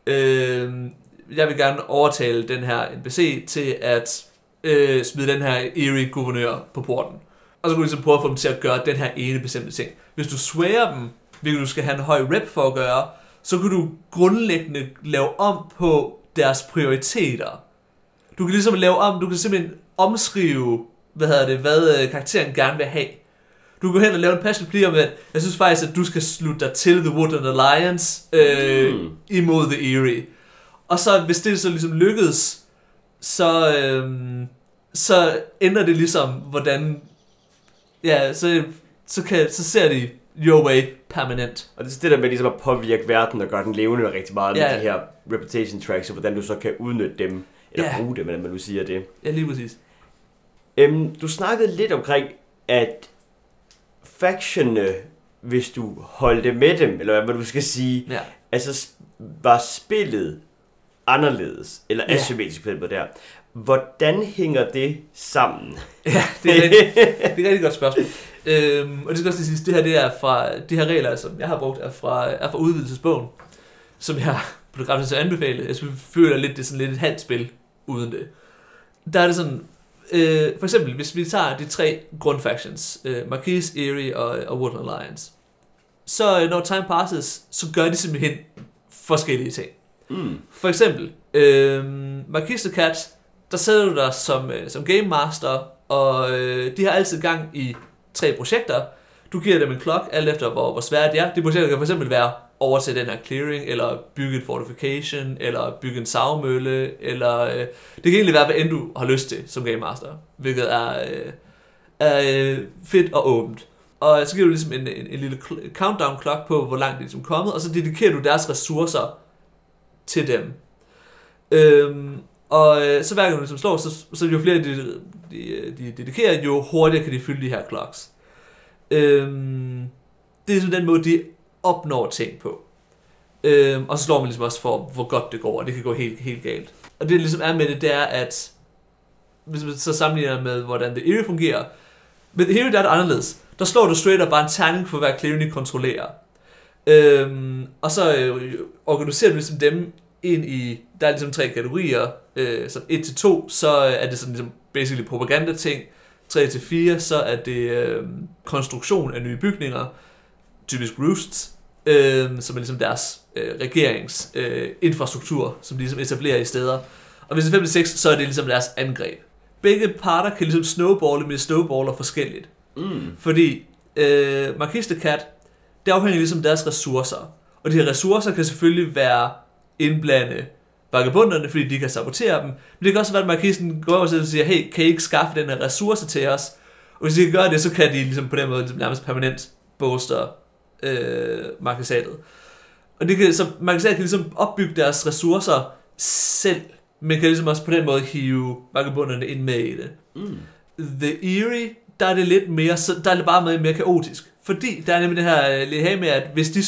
øh, jeg vil gerne overtale den her N P C til at øh, smide den her eerie guvernør på porten. Og så kan du ligesom prøve at få dem til at gøre den her ene bestemte ting. Hvis du swayer dem, hvilket du skal have en høj rep for at gøre, så kan du grundlæggende lave om på deres prioriteter. Du kan ligesom lave om, du kan simpelthen omskrive, hvad hedder det, hvad karakteren gerne vil have. Du kan gå hen og lave en passive plea om, at jeg synes faktisk, at du skal slutte dig til The Woodland Alliance øh, mm. imod The Eerie. Og så, hvis det så ligesom lykkedes, så, øh, så ændrer det ligesom, hvordan, ja, så, så, kan, så ser de your way permanent. Og det er det der med ligesom at påvirke verden og gøre den levende rigtig meget yeah. med de her reputation tracks, og hvordan du så kan udnytte dem, eller yeah. bruge dem, hvordan man nu siger det. Ja, lige præcis. Øhm, du snakkede lidt omkring, at factionene, hvis du holdt med dem, eller hvad du skal sige, yeah. altså var spillet anderledes, eller yeah. asymmetrisk på den måde der. Hvordan hænger det sammen? Ja, det er, rigtig, det er et rigtig godt spørgsmål. Øhm, og det skal også lige sige, det her det er fra de her regler, som jeg har brugt, er fra, er fra udvidelsesbogen, som jeg på det grænse til at anbefale. Jeg føler lidt, det er sådan lidt et halvt spil uden det. Der er det sådan, øh, for eksempel, hvis vi tager de tre grundfactions, øh, Marquis, Eerie og, og Woodland Alliance, så øh, når time passes, så gør de simpelthen forskellige ting. Mm. For eksempel, øh, Marquis the Cat, der sætter du dig som, øh, som game master, og øh, de har altid gang i tre projekter. Du giver dem en clock, alt efter hvor, hvor svært det er. De projekter kan fx være overtage den her clearing, eller bygge et fortification, eller bygge en savmølle, eller øh, det kan egentlig være, hvad end du har lyst til som game master, hvilket er, øh, er øh, fedt og åbent. Og så giver du ligesom en, en, en lille countdown clock på, hvor langt de er ligesom kommet, og så dedikerer du deres ressourcer til dem. Øhm, og øh, så hver gang du ligesom slår, så, så jo flere de, de, de dedikerer, jo hurtigere kan de fylde de her clocks. Øhm, det er ligesom den måde, de opnår ting på. Øhm, og så slår man ligesom også for, hvor godt det går, og det kan gå helt, helt galt. Og det ligesom er med det, det er, at hvis man så sammenligner med, hvordan The Eerie fungerer, med The Eerie der er det anderledes. Der slår du straight up bare en terning for hver clearing, de kontrollerer. Øhm, og så øh, organiserer du ligesom dem ind i, der er ligesom tre kategorier, øh, så et til to, så er det sådan ligesom basically propaganda-ting, tre til fire, så er det øh, konstruktion af nye bygninger, typisk roosts, øh, som er ligesom deres øh, regeringsinfrastruktur, øh, som de ligesom etablerer i steder. Og hvis det er fem til seks, så er det ligesom deres angreb. begge parter kan ligesom snowballe, men snowballer forskelligt. Mm. Fordi øh, Marquis de Cat, det afhænger ligesom deres ressourcer. Og de her ressourcer kan selvfølgelig være indblande vagabunderne, fordi de kan sabotere dem. Men det kan også være, at Marquisen går over og siger, hey, kan I ikke skaffe den her ressource til os? Og hvis de kan gøre det, så kan de ligesom på den måde nærmest permanent bolster øh, markesatet. Og det kan, så markesatet kan ligesom opbygge deres ressourcer selv, men kan ligesom også på den måde hive vagabunderne ind med i det. Mm. The Eerie, der er det lidt mere, så der er det bare meget mere kaotisk. Fordi der er nemlig det her lidt her med, at hvis de,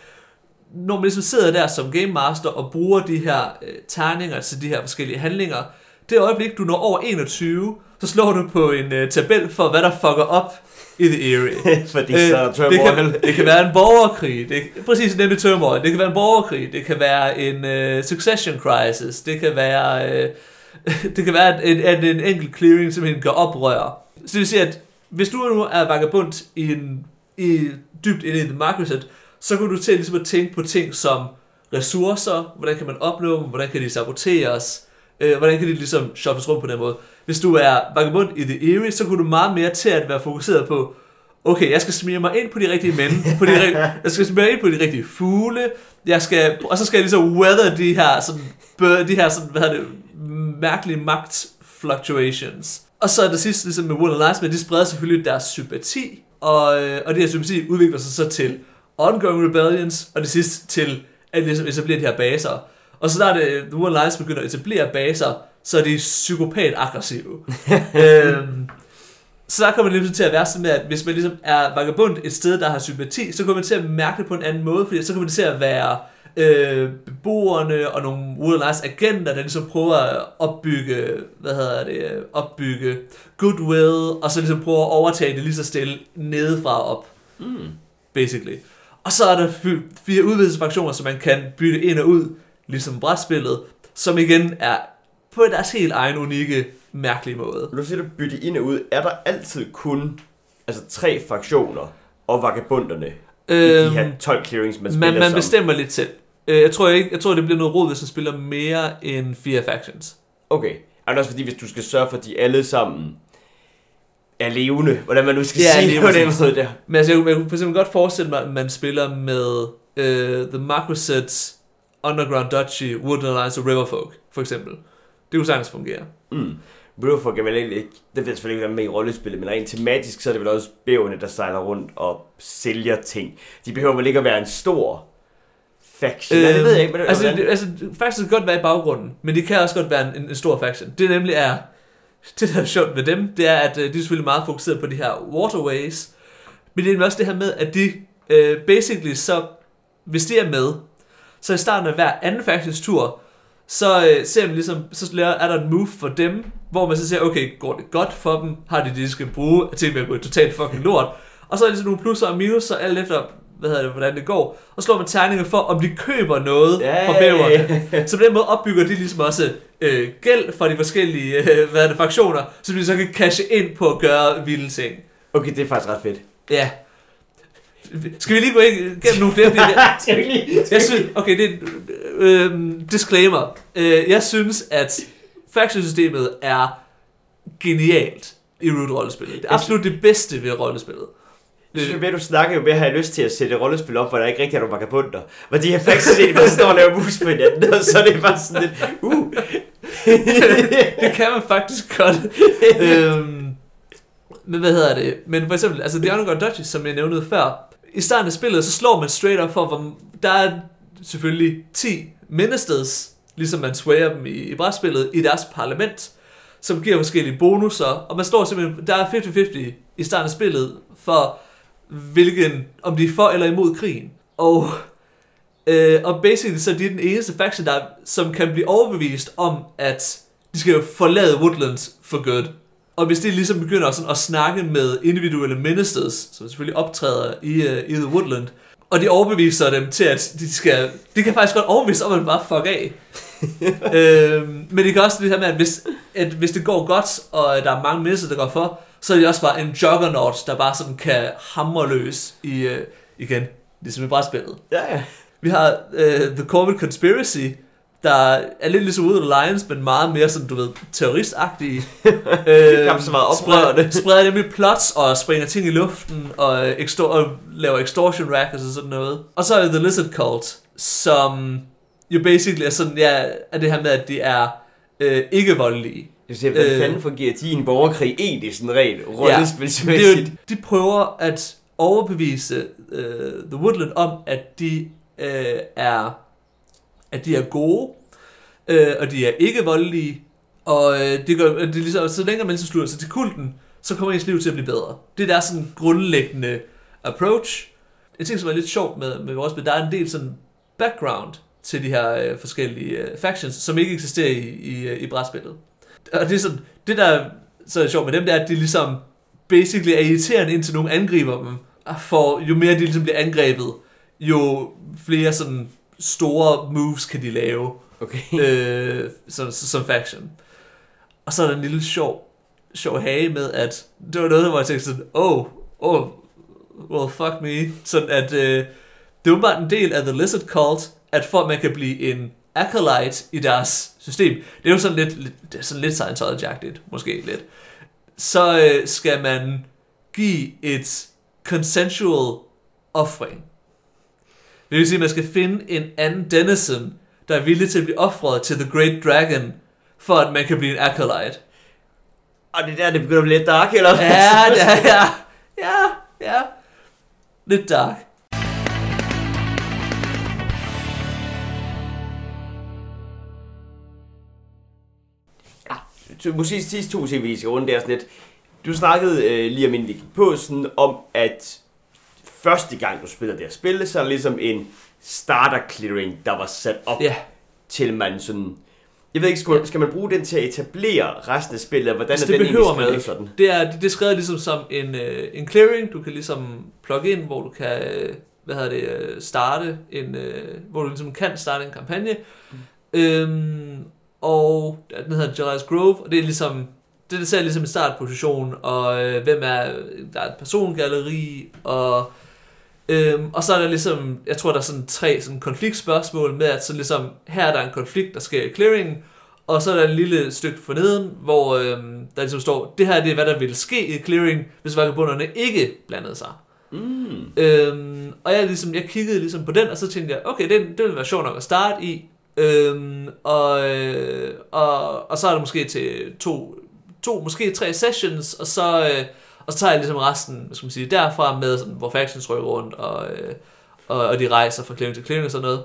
når man ligesom sidder der som Game Master og bruger de her øh, terninger til de her forskellige handlinger, det øjeblik, du når over enogtyve, så slår du på en øh, tabel for, hvad der fucker op i The Eerie. Fordi så er der det, kan, det kan være en borgerkrig, det, præcis nemlig turmoil, det kan være en borgerkrig, det kan være en øh, succession crisis, det kan være, øh, det kan være, at en, at en enkelt clearing simpelthen gør oprør. Så det vil sige, at hvis du nu er vagabund i en, i, dybt inde i The Marquisate, så kan du til ligesom at tænke på ting som ressourcer, hvordan kan man opnå dem, hvordan kan de saboteres, øh, hvordan kan de ligesom shoppes rundt på den måde. Hvis du er vagabund i The Eerie, så kunne du meget mere til at være fokuseret på, okay, jeg skal smire mig ind på de rigtige mænd, på de rigt- jeg skal smire mig ind på de rigtige fugle, jeg skal, og så skal jeg ligesom weather de her, sådan, de her sådan, hvad hedder det, mærkelige magt fluctuations. Og så er det sidste ligesom med Woodland Knights, men de spreder selvfølgelig deres sympati, og, og det her sympati udvikler sig så til ongoing rebellions, og det sidste til at ligesom etablere de her baser. Og så der er det, The Woodland Knights begynder at etablere baser, så er de psykopat-aggressive. øhm, så der kommer det ligesom til at være sådan med, at hvis man ligesom er vagabund et sted, der har sympati, så kommer man til at mærke det på en anden måde, fordi så kommer det til at være øh, beboerne og nogle Woodland Knights agenter, der ligesom prøver at opbygge, hvad hedder det, opbygge goodwill, og så ligesom prøver at overtage det lige så stille nedefra op. Mm. Basically. Og så er der fire udvidelsesfraktioner, som man kan bytte ind og ud, ligesom brætspillet, som igen er på deres helt egen unikke, mærkelige måde. Du siger, du bytte ind og ud. Er der altid kun altså tre fraktioner og vagabunderne øhm, i de her tolv clearings, man spiller man, man som? bestemmer lidt selv. Jeg tror ikke, jeg tror det bliver noget råd, hvis man spiller mere end fire factions. Okay. Er det også fordi, hvis du skal sørge for, at de alle sammen er levende, hvordan man nu skal ja, sige på den måde der. Men altså, jeg kunne for eksempel godt forestille mig, at man spiller med uh, The Marquisate, Underground Duchy, Woodland Knights og Riverfolk, for eksempel. Det kunne sagtens fungere. Mm. Riverfolk er vel egentlig ikke, det ved jeg selvfølgelig ikke, med i rollespillet, men rent tematisk, så er det vel også bæverne, der sejler rundt og sælger ting. De behøver vel ikke at være en stor faction? Øh, Nej, det ved jeg ikke. Men altså, det, altså, faction kan godt være i baggrunden, men det kan også godt være en, en stor faction. Det nemlig er, det der er sjovt med dem, det er, at de er selvfølgelig meget fokuseret på de her waterways, men det er også det her med, at de uh, basically så, hvis de er med, så i starten af hver anden factions tur, så uh, ser man ligesom, så er der et move for dem, hvor man så siger, okay, går det godt for dem, har de det, de skal bruge, til at gå i totalt fucking lort, og så er det ligesom nogle plusser og minuser, alt efter, hvad hedder det, hvordan det går, og slår man terninger for, om de køber noget yeah. fra bæverne. Så på den måde opbygger de ligesom også øh, gæld fra de forskellige øh, hvad er det, fraktioner, så de så kan cashe ind på at gøre vilde ting. Okay, det er faktisk ret fedt. Ja. Skal vi lige gå ind gennem nogle flere? Skal vi lige? Jeg synes, okay, det er øh, disclaimer. Øh, jeg synes, at faction-systemet er genialt i Root-rollespillet. Det er absolut det bedste ved rollespillet. Det ved, du snakker jo med at have lyst til at sætte rollespil op, hvor der ikke rigtig er nogen vagabunder. Hvor de her factions egentlig står og laver mus på hinanden, og så er det bare sådan lidt, uh. Det kan man faktisk godt. øhm, men hvad hedder det? Men for eksempel, altså The Underground Duchy, som jeg nævnte før, i starten af spillet, så slår man straight up for, hvor der er selvfølgelig ti ministers, ligesom man swear dem i, i brætspillet, i deres parlament, som giver forskellige bonusser, og man står simpelthen, der er halvtreds halvtreds i starten af spillet, for hvilken, om de er for eller imod krigen. Og, øh, og basically så er de den eneste faction, der, som kan blive overbevist om, at de skal forlade Woodlands for good. Og hvis de ligesom begynder sådan at snakke med individuelle ministers, som selvfølgelig optræder i, uh, i The Woodland, og de overbeviser dem til, at de skal, de kan faktisk godt overbevise om, at man bare fuck af. øhm, men det kan også det her med, at hvis, at hvis det går godt, og der er mange minister, der går for, så er det også bare en juggernaut, der bare sådan kan hamre løs i, uh, igen, ligesom i brætspillet. Ja, ja. Vi har uh, The Corvid Conspiracy, der er lidt ligesom Wither the Lions, men meget mere sådan, du ved, terroristagtige. øh, Kamp så meget oprørende. Spreder nemlig plots og springer ting i luften og, extor- og laver extortion rack og sådan noget. Og så er det The Lizard Cult, som jo basically er sådan, ja, er det her med, at de er øh, ikke voldelige. Jeg siger, hvordan fanden fungerer de i en borgerkrig egentlig sådan rent rollespilsmæssigt? Ja, de prøver at overbevise uh, The Woodland om, at de uh, er at de er gode, uh, og de er ikke voldelige, og uh, det gør, det er ligesom, så længe man ligesom slutter sig til kulten, så kommer ens liv til at blive bedre. Det er deres sådan grundlæggende approach. En ting, som er lidt sjovt med, med vores spil, der er en del sådan background til de her uh, forskellige uh, factions, som ikke eksisterer i, i, i brætspillet. Og det er sådan, det der så er sjovt med dem, det er, at de ligesom basically er irriterende, indtil nogen angriber dem. For jo mere de ligesom bliver angrebet, jo flere sådan store moves kan de lave. Okay. Øh, som, som faction. Og så er der en lille sjov, sjov hage med, at det var noget, hvor jeg tænkte sådan, oh, oh, well fuck me. Sådan at øh, det var bare en del af The Lizard Cult, at for at man kan blive en acolyte i deres system, det er jo sådan lidt, lidt, sådan lidt Scientology-agtigt, måske lidt, så øh, skal man give et consensual offering. Det vil sige, at man skal finde en anden denizen, der er villig til at blive offret til The Great Dragon, for at man kan blive en acolyte. Og det der, det begynder at blive lidt dark, eller? Ja, ja, ja, ja, ja. Lidt dark. Måske sidste to ting, vi skal runde der sådan lidt. Du snakkede øh, lige om inden vi gik på, sådan om, at første gang du spiller det her spil, så er der ligesom en starter clearing, der var sat op yeah. til man sådan... Jeg ved ikke, skal, skal man bruge den til at etablere resten af spillet? Hvordan altså, er den egentlig skrevet sådan? Det er, det er skrevet ligesom som en, øh, en clearing, du kan ligesom plugge ind, hvor du kan øh, hvad hedder det, starte en, øh, hvor du ligesom kan starte en kampagne. Mm. Øhm, og den hedder Jelli's Grove, og det er ligesom det, det ser ligesom en startposition, og øh, hvem er, der er et persongalleri, og øhm, og så er der ligesom, jeg tror der er sådan tre sådan konfliktspørgsmål med, at så ligesom, her er der en konflikt, der sker i clearingen, og så er der et lille stykke forneden, hvor øhm, der ligesom står, det her det er, hvad der ville ske i clearing, hvis vagabunderne ikke blandede sig. Mm. Øhm, og jeg, ligesom, jeg kiggede ligesom på den, og så tænkte jeg, okay, det, det ville være sjovt nok at starte i, øhm, og, øh, og, og så er der måske til to, to måske tre sessions, og så, øh, og så tager jeg ligesom resten, hvad skal man sige, derfra med, sådan, hvor factions rykker rundt, og, øh, og, og de rejser fra clearing til clearing og sådan noget.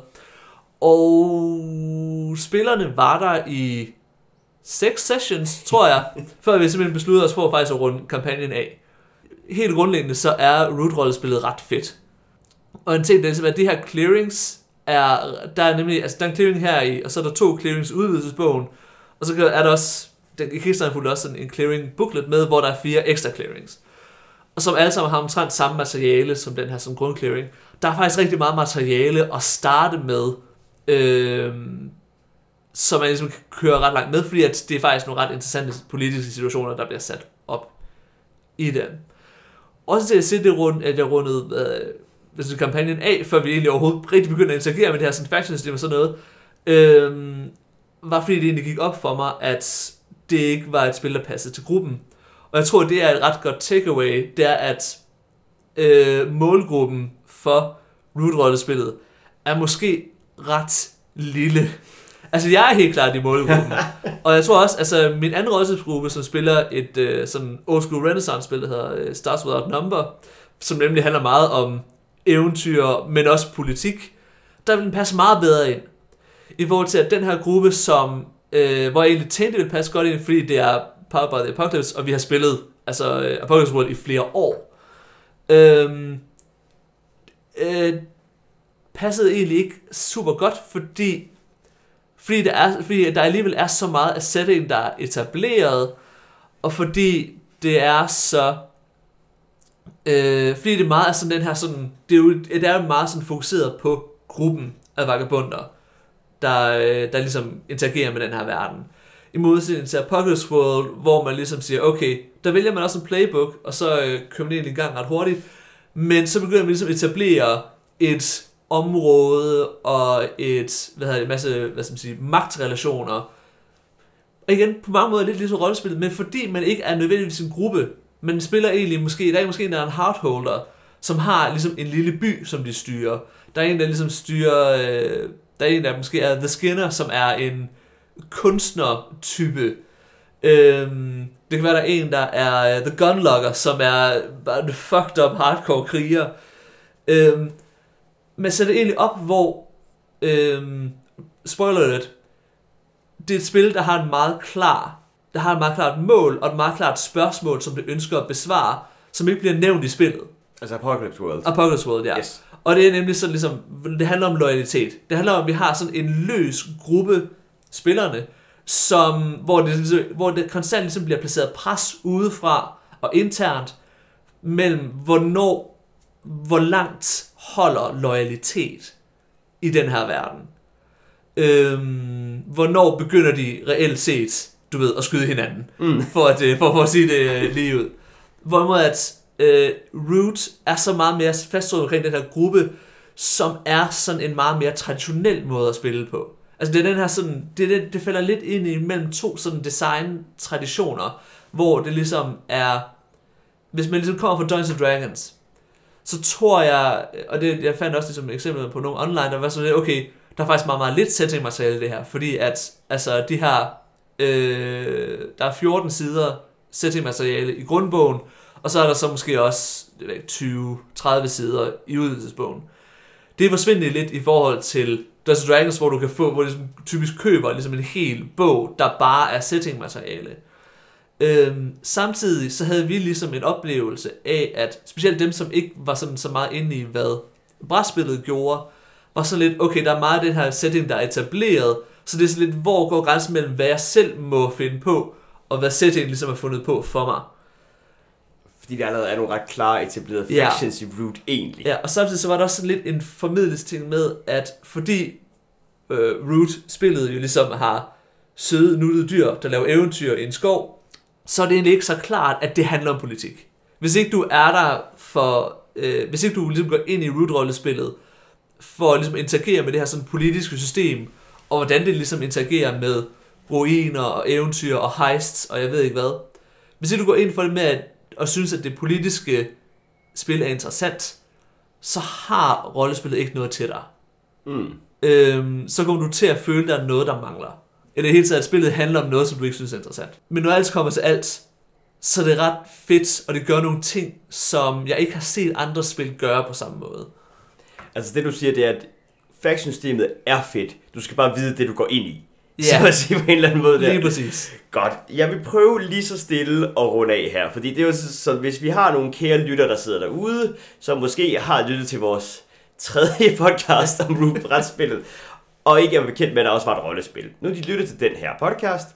Og spillerne var der i seks sessions, tror jeg, før vi simpelthen besluttede os for faktisk at runde kampagnen af. Helt grundlæggende så er Root-rollespillet ret fedt. Og en ting, det er simpelthen, at de her clearings er, der er nemlig, altså der er en clearing her i, og så er der to clearings udvidelsesbogen, og så er der også, i Kickstarter fulgte også sådan en clearing booklet med, hvor der er fire ekstra clearings. Og som alle sammen har omtrent samme materiale som den her som grundclearing. Der er faktisk rigtig meget materiale at starte med, øh, så man ligesom kan køre ret langt med, fordi at det er faktisk nogle ret interessante politiske situationer, der bliver sat op i den. Også til at se det rundt, at jeg rundede øh, kampagnen af, før vi egentlig overhovedet rigtig begyndte at interagere med det her sådan faction-system og sådan noget, øh, var fordi det egentlig gik op for mig, at det ikke var et spil, der passede til gruppen. Og jeg tror, det er et ret godt takeaway, det er, at øh, målgruppen for Root-rollespillet er måske ret lille. Altså, jeg er helt klart i målgruppen. Og jeg tror også, altså, min anden rollespilsgruppe, som spiller et øh, sådan old school renaissance-spil, der hedder øh, Stars Without Number, som nemlig handler meget om eventyr, men også politik, der vil den passe meget bedre ind. I forhold til, at den her gruppe, som, øh, hvor jeg egentlig tænkte, det ville passe godt ind, fordi det er Powered by the Apocalypse, og vi har spillet altså, øh, Apocalypse World i flere år. Øhm, øh, passede egentlig ikke super godt, fordi Fordi der, er, fordi der alligevel er så meget af setting, der er etableret, og fordi det er så... Øh, fordi det er meget sådan den her sådan... Det er jo det er meget sådan fokuseret på gruppen af vagabunder, der, der ligesom interagerer med den her verden. I modsætning til Apocalypse World, hvor man ligesom siger, okay, der vælger man også en playbook, og så øh, kører man egentlig i gang ret hurtigt, men så begynder man ligesom at etablere et område og et, hvad hedder det, masse, hvad skal man sige, magtrelationer. Og igen, på mange måder lidt ligesom rollespillet, men fordi man ikke er nødvendigvis en gruppe, man spiller egentlig måske, der er måske en, der er en heartholder, som har ligesom en lille by, som de styrer. Der er en, der ligesom styrer, øh, der er en, der måske er The Skinner, som er en kunstner-type. Øhm, det kan være, der er en, der er The Gunlogger, som er bare en fucked up hardcore kriger. Øhm, man sætter egentlig op, hvor, øhm, spoiler alert, det er et spil, der har en meget klar, der har et meget klart mål, og et meget klart spørgsmål, som det ønsker at besvare, som ikke bliver nævnt i spillet. Altså Apocalypse World. Apocalypse World, ja. Yes. Og det er nemlig sådan ligesom, det handler om loyalitet. Det handler om, at vi har sådan en løs gruppe spillerne, som, hvor, det, hvor det konstant ligesom bliver placeret pres udefra og internt, mellem hvornår, hvor langt holder loyalitet i den her verden. Øhm, hvornår begynder de reelt set, du ved, at skyde hinanden, mm. for, at, for, for at sige det lige ud. Hvorimod at øh, Root er så meget mere faststået omkring den her gruppe, som er sådan en meget mere traditionel måde at spille på. Altså det er den her sådan, det, det, det falder lidt ind i mellem to sådan design-traditioner, hvor det ligesom er, hvis man ligesom kommer fra Dungeons and Dragons, så tror jeg, og det, jeg fandt også ligesom eksempler på nogle online, der var sådan lidt, okay, der er faktisk meget, meget lidt setting-materiale i det her, fordi at, altså de her, øh, der er fjorten sider setting-materiale i grundbogen, og så er der så måske også tyve til tredive sider i udvidelsesbogen. Det er forsvindeligt lidt i forhold til Dungeons and Dragons, hvor du kan få, hvor du ligesom typisk køber ligesom en hel bog, der bare er setting-materiale. Øhm, samtidig så havde vi ligesom en oplevelse af, at specielt dem, som ikke var sådan så meget inde i, hvad brætspillet gjorde, var sådan lidt, okay, der er meget af den her setting, der er etableret, så det er sådan lidt, hvor går grænsen mellem, hvad jeg selv må finde på, og hvad setting ligesom er fundet på for mig. Fordi der allerede er nogle ret klare etablerede ja. factions i Root egentlig. Ja, og samtidig så var der også sådan lidt en formidlingsting med, at fordi øh, Root-spillet jo ligesom har søde, nuttede dyr, der laver eventyr i en skov, så er det egentlig ikke så klart, at det handler om politik. Hvis ikke du er der for, øh, hvis ikke du ligesom går ind i Root-rollespillet, for at ligesom interagere med det her sådan politiske system, og hvordan det ligesom interagerer med ruiner og eventyr og heists, og jeg ved ikke hvad. Hvis ikke du går ind for det med at og synes, at det politiske spil er interessant, så har rollespillet ikke noget til dig. Mm. Øhm, så kommer du til at føle, at der er noget, der mangler. Eller i hele taget, at spillet handler om noget, som du ikke synes er interessant. Men når alt kommer til alt, så er det ret fedt, og det gør nogle ting, som jeg ikke har set andre spil gøre på samme måde. Altså det, du siger, det er, at faction-systemet er fedt. Du skal bare vide det, du går ind i. Ja, så at sige på en eller anden måde der. Lige præcis. Godt. Jeg vil prøve lige så stille at runde af her, fordi det er jo så, hvis vi har nogle kære lytter, der sidder derude, som måske har lyttet til vores tredje podcast om Root-brætspillet, og ikke er bekendt med, at der også var et rollespil. Nu er de lyttet til den her podcast.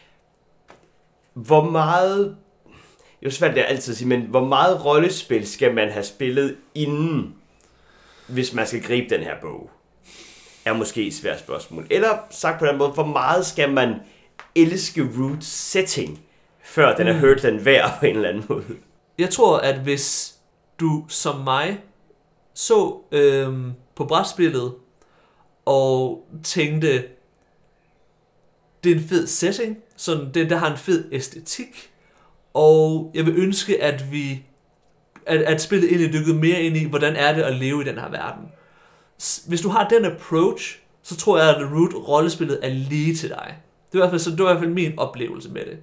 Hvor meget, det er jo svært det altid at sige, men hvor meget rollespil skal man have spillet inden, hvis man skal gribe den her bog? Er måske et svært spørgsmål. Eller sagt på den måde, hvor meget skal man elske Root setting, før den er mm. hørt den værd på en eller anden måde? Jeg tror, at hvis du som mig så øhm, på brætspillet og tænkte, det er en fed setting, sådan det der har en fed æstetik, og jeg vil ønske, at vi at, at spillet egentlig dykkede mere ind i, hvordan er det at leve i den her verden. Hvis du har den approach, så tror jeg, at Root-rollespillet er lige til dig. Det er i hvert fald, så det var i hvert fald min oplevelse med det.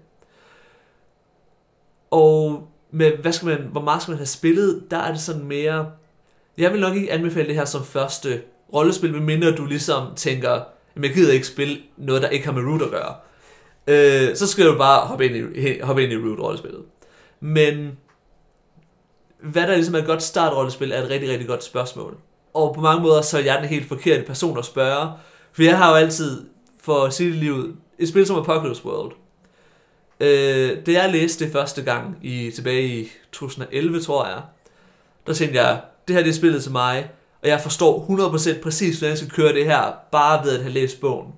Og med, hvad skal man, hvor meget skal man have spillet, der er det sådan mere... Jeg vil nok ikke anbefale det her som første rollespil, medmindre du ligesom tænker, at jeg gider ikke spille noget, der ikke har med Root at gøre. Øh, så skal du bare hoppe ind i, hoppe ind i Root-rollespillet. Men hvad der ligesom er et godt startrollespil, er et rigtig, rigtig godt spørgsmål. Og på mange måder, så er jeg den helt forkerte person at spørge. For jeg har jo altid, for at sige det lige ud, et spil som Apocalypse World. Øh, da jeg læste det første gang, i, tilbage i to tusind og elleve, tror jeg, der tænkte jeg, det her det er spillet til mig, og jeg forstår hundrede procent præcis, hvordan jeg skal køre det her, bare ved at have læst bogen.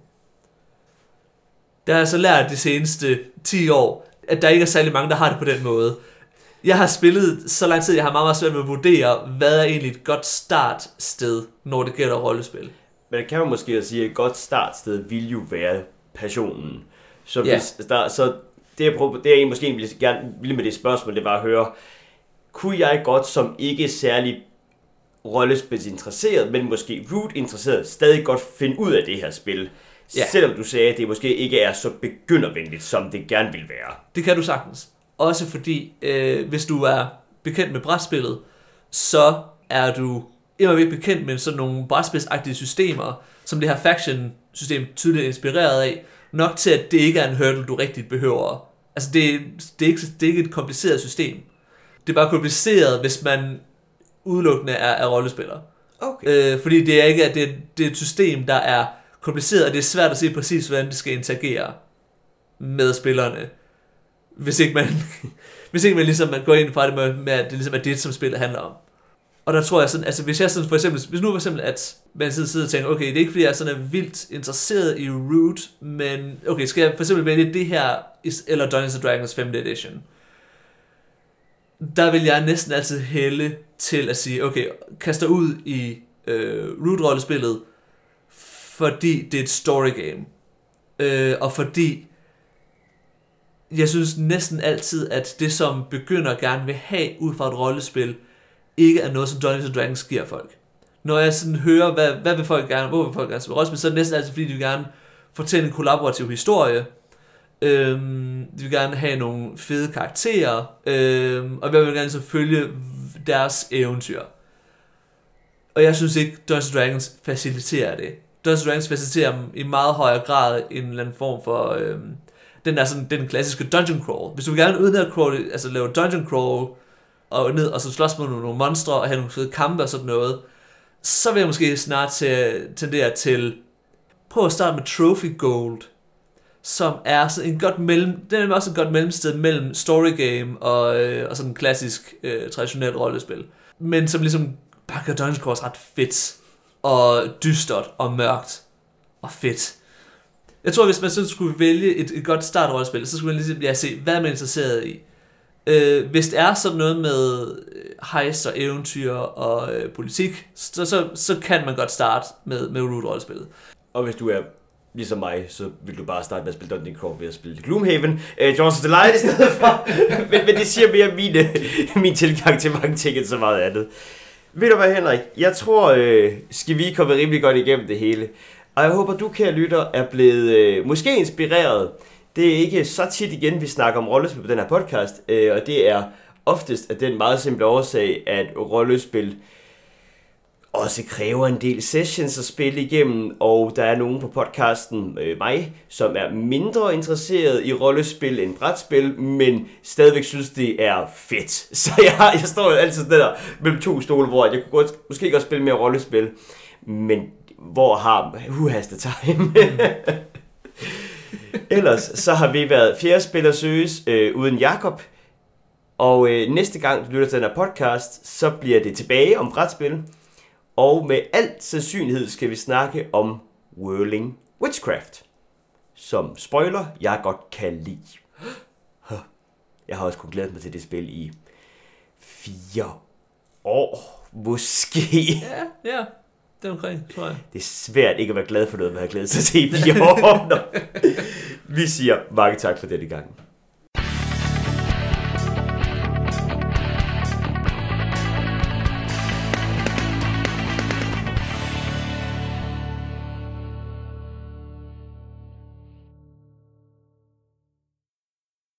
Der har jeg så lært de seneste ti år, at der ikke er særlig mange, der har det på den måde. Jeg har spillet så lang tid, jeg har meget, meget svært ved at vurdere, hvad er egentlig et godt startsted, når det gælder rollespil. Men det kan man måske sige, at et godt startsted vil jo være passionen. Så, Ja. hvis der, så det, jeg prøver, det jeg måske egentlig gerne ville med det spørgsmål, det var at høre, kunne jeg godt som ikke særlig rollespilsinteresseret, men måske root-interesseret, stadig godt finde ud af det her spil? Ja. Selvom du sagde, at det måske ikke er så begyndervenligt, som det gerne vil være. Det kan du sagtens. Også fordi, øh, hvis du er bekendt med brætspillet, så er du immer væk bekendt med sådan nogle brætspilsagtige systemer, som det her faction-system tydeligt er inspireret af, nok til, at det ikke er en hurdle, du rigtig behøver. Altså, det, det, er ikke, det er ikke et kompliceret system. Det er bare kompliceret, hvis man udelukkende er, er rollespiller. Okay. Øh, fordi det er ikke det, det er et system, der er kompliceret, og det er svært at se præcis, hvordan det skal interagere med spillerne. Hvis ikke man, hvis ikke man ligesom man går ind fra det med, med, at det ligesom er det, som spillet handler om. Og der tror jeg sådan, altså hvis jeg sådan for eksempel, hvis nu for eksempel, at man sidder og tænker, okay, det er ikke fordi, jeg er sådan er vildt interesseret i Root, men okay, skal jeg for eksempel vælge det her, eller Dungeons and Dragons femte edition? Der vil jeg næsten altid hælde til at sige, okay, kaster ud i øh, Root-rollespillet, fordi det er et story game. Øh, og fordi jeg synes næsten altid, at det som begynder gerne vil have ud fra et rollespil, ikke er noget, som Dungeons and Dragons giver folk. Når jeg sådan hører, hvad, hvad vil folk gerne, hvor vil folk gerne spille rollespil, så er det næsten altid, fordi de vil gerne fortælle en kollaborativ historie. Øhm, de vil gerne have nogle fede karakterer, øhm, og jeg vil gerne så følge deres eventyr. Og jeg synes ikke, Dungeons and Dragons faciliterer det. Dungeons and Dragons faciliterer dem i meget højere grad en eller anden form for øhm, den der sådan den klassiske dungeon crawl. Hvis du vil gerne ud ned og crawl, altså lave dungeon crawl og ned og så slås med nogle monstre og have nogle fede kampe og sådan noget, så vil jeg måske snart tendere til prøv at starte med Trophy Gold, som er sådan en godt mellem, det er også et godt mellemsted mellem story game og, øh, og sådan en klassisk øh, traditionel rollespil, men som ligesom bare gør dungeon crawls ret fedt og dystert og mørkt og fedt. Jeg tror, hvis man så skulle vælge et, et godt startrollespil, så skulle man ligesom ja, se, hvad er man interesseret i. Øh, hvis det er sådan noget med heist og eventyr og øh, politik, så, så, så kan man godt starte med, med Root-rollespillet. Og hvis du er ligesom mig, så vil du bare starte med at spille Dungeon Crawl ved at spille Gloomhaven, uh, Jaws of the Light i stedet for. men, men det siger mere min, min tilgang til mange ting end så meget andet. Ved du hvad, Henrik? Jeg tror, øh, skal vi komme rimelig godt igennem det hele. Og jeg håber, du, kære lytter, er blevet øh, måske inspireret. Det er ikke så tit igen, vi snakker om rollespil på den her podcast, øh, og det er oftest af den meget simple årsag, at rollespil også kræver en del sessions at spille igennem, og der er nogen på podcasten, øh, mig, som er mindre interesseret i rollespil end brætspil, men stadigvæk synes, det er fedt. Så jeg, jeg står altid der mellem to stole, hvor jeg kunne godt, måske godt spille mere rollespil, men hvor har who has the time? Ellers så har vi været fjerde spiller søges øh, uden Jakob, og øh, næste gang du lytter til den her podcast, så bliver det tilbage om brætspil. Og med al sandsynlighed skal vi snakke om Whirling Witchcraft, som spoiler, jeg godt kan lide. Jeg har også kunnet glæde mig til det spil i fire år, måske. Ja, ja, det er omkring, tror jeg. Det er svært ikke at være glad for noget, man har glædet sig til i fire år. Vi siger mange tak for denne gang.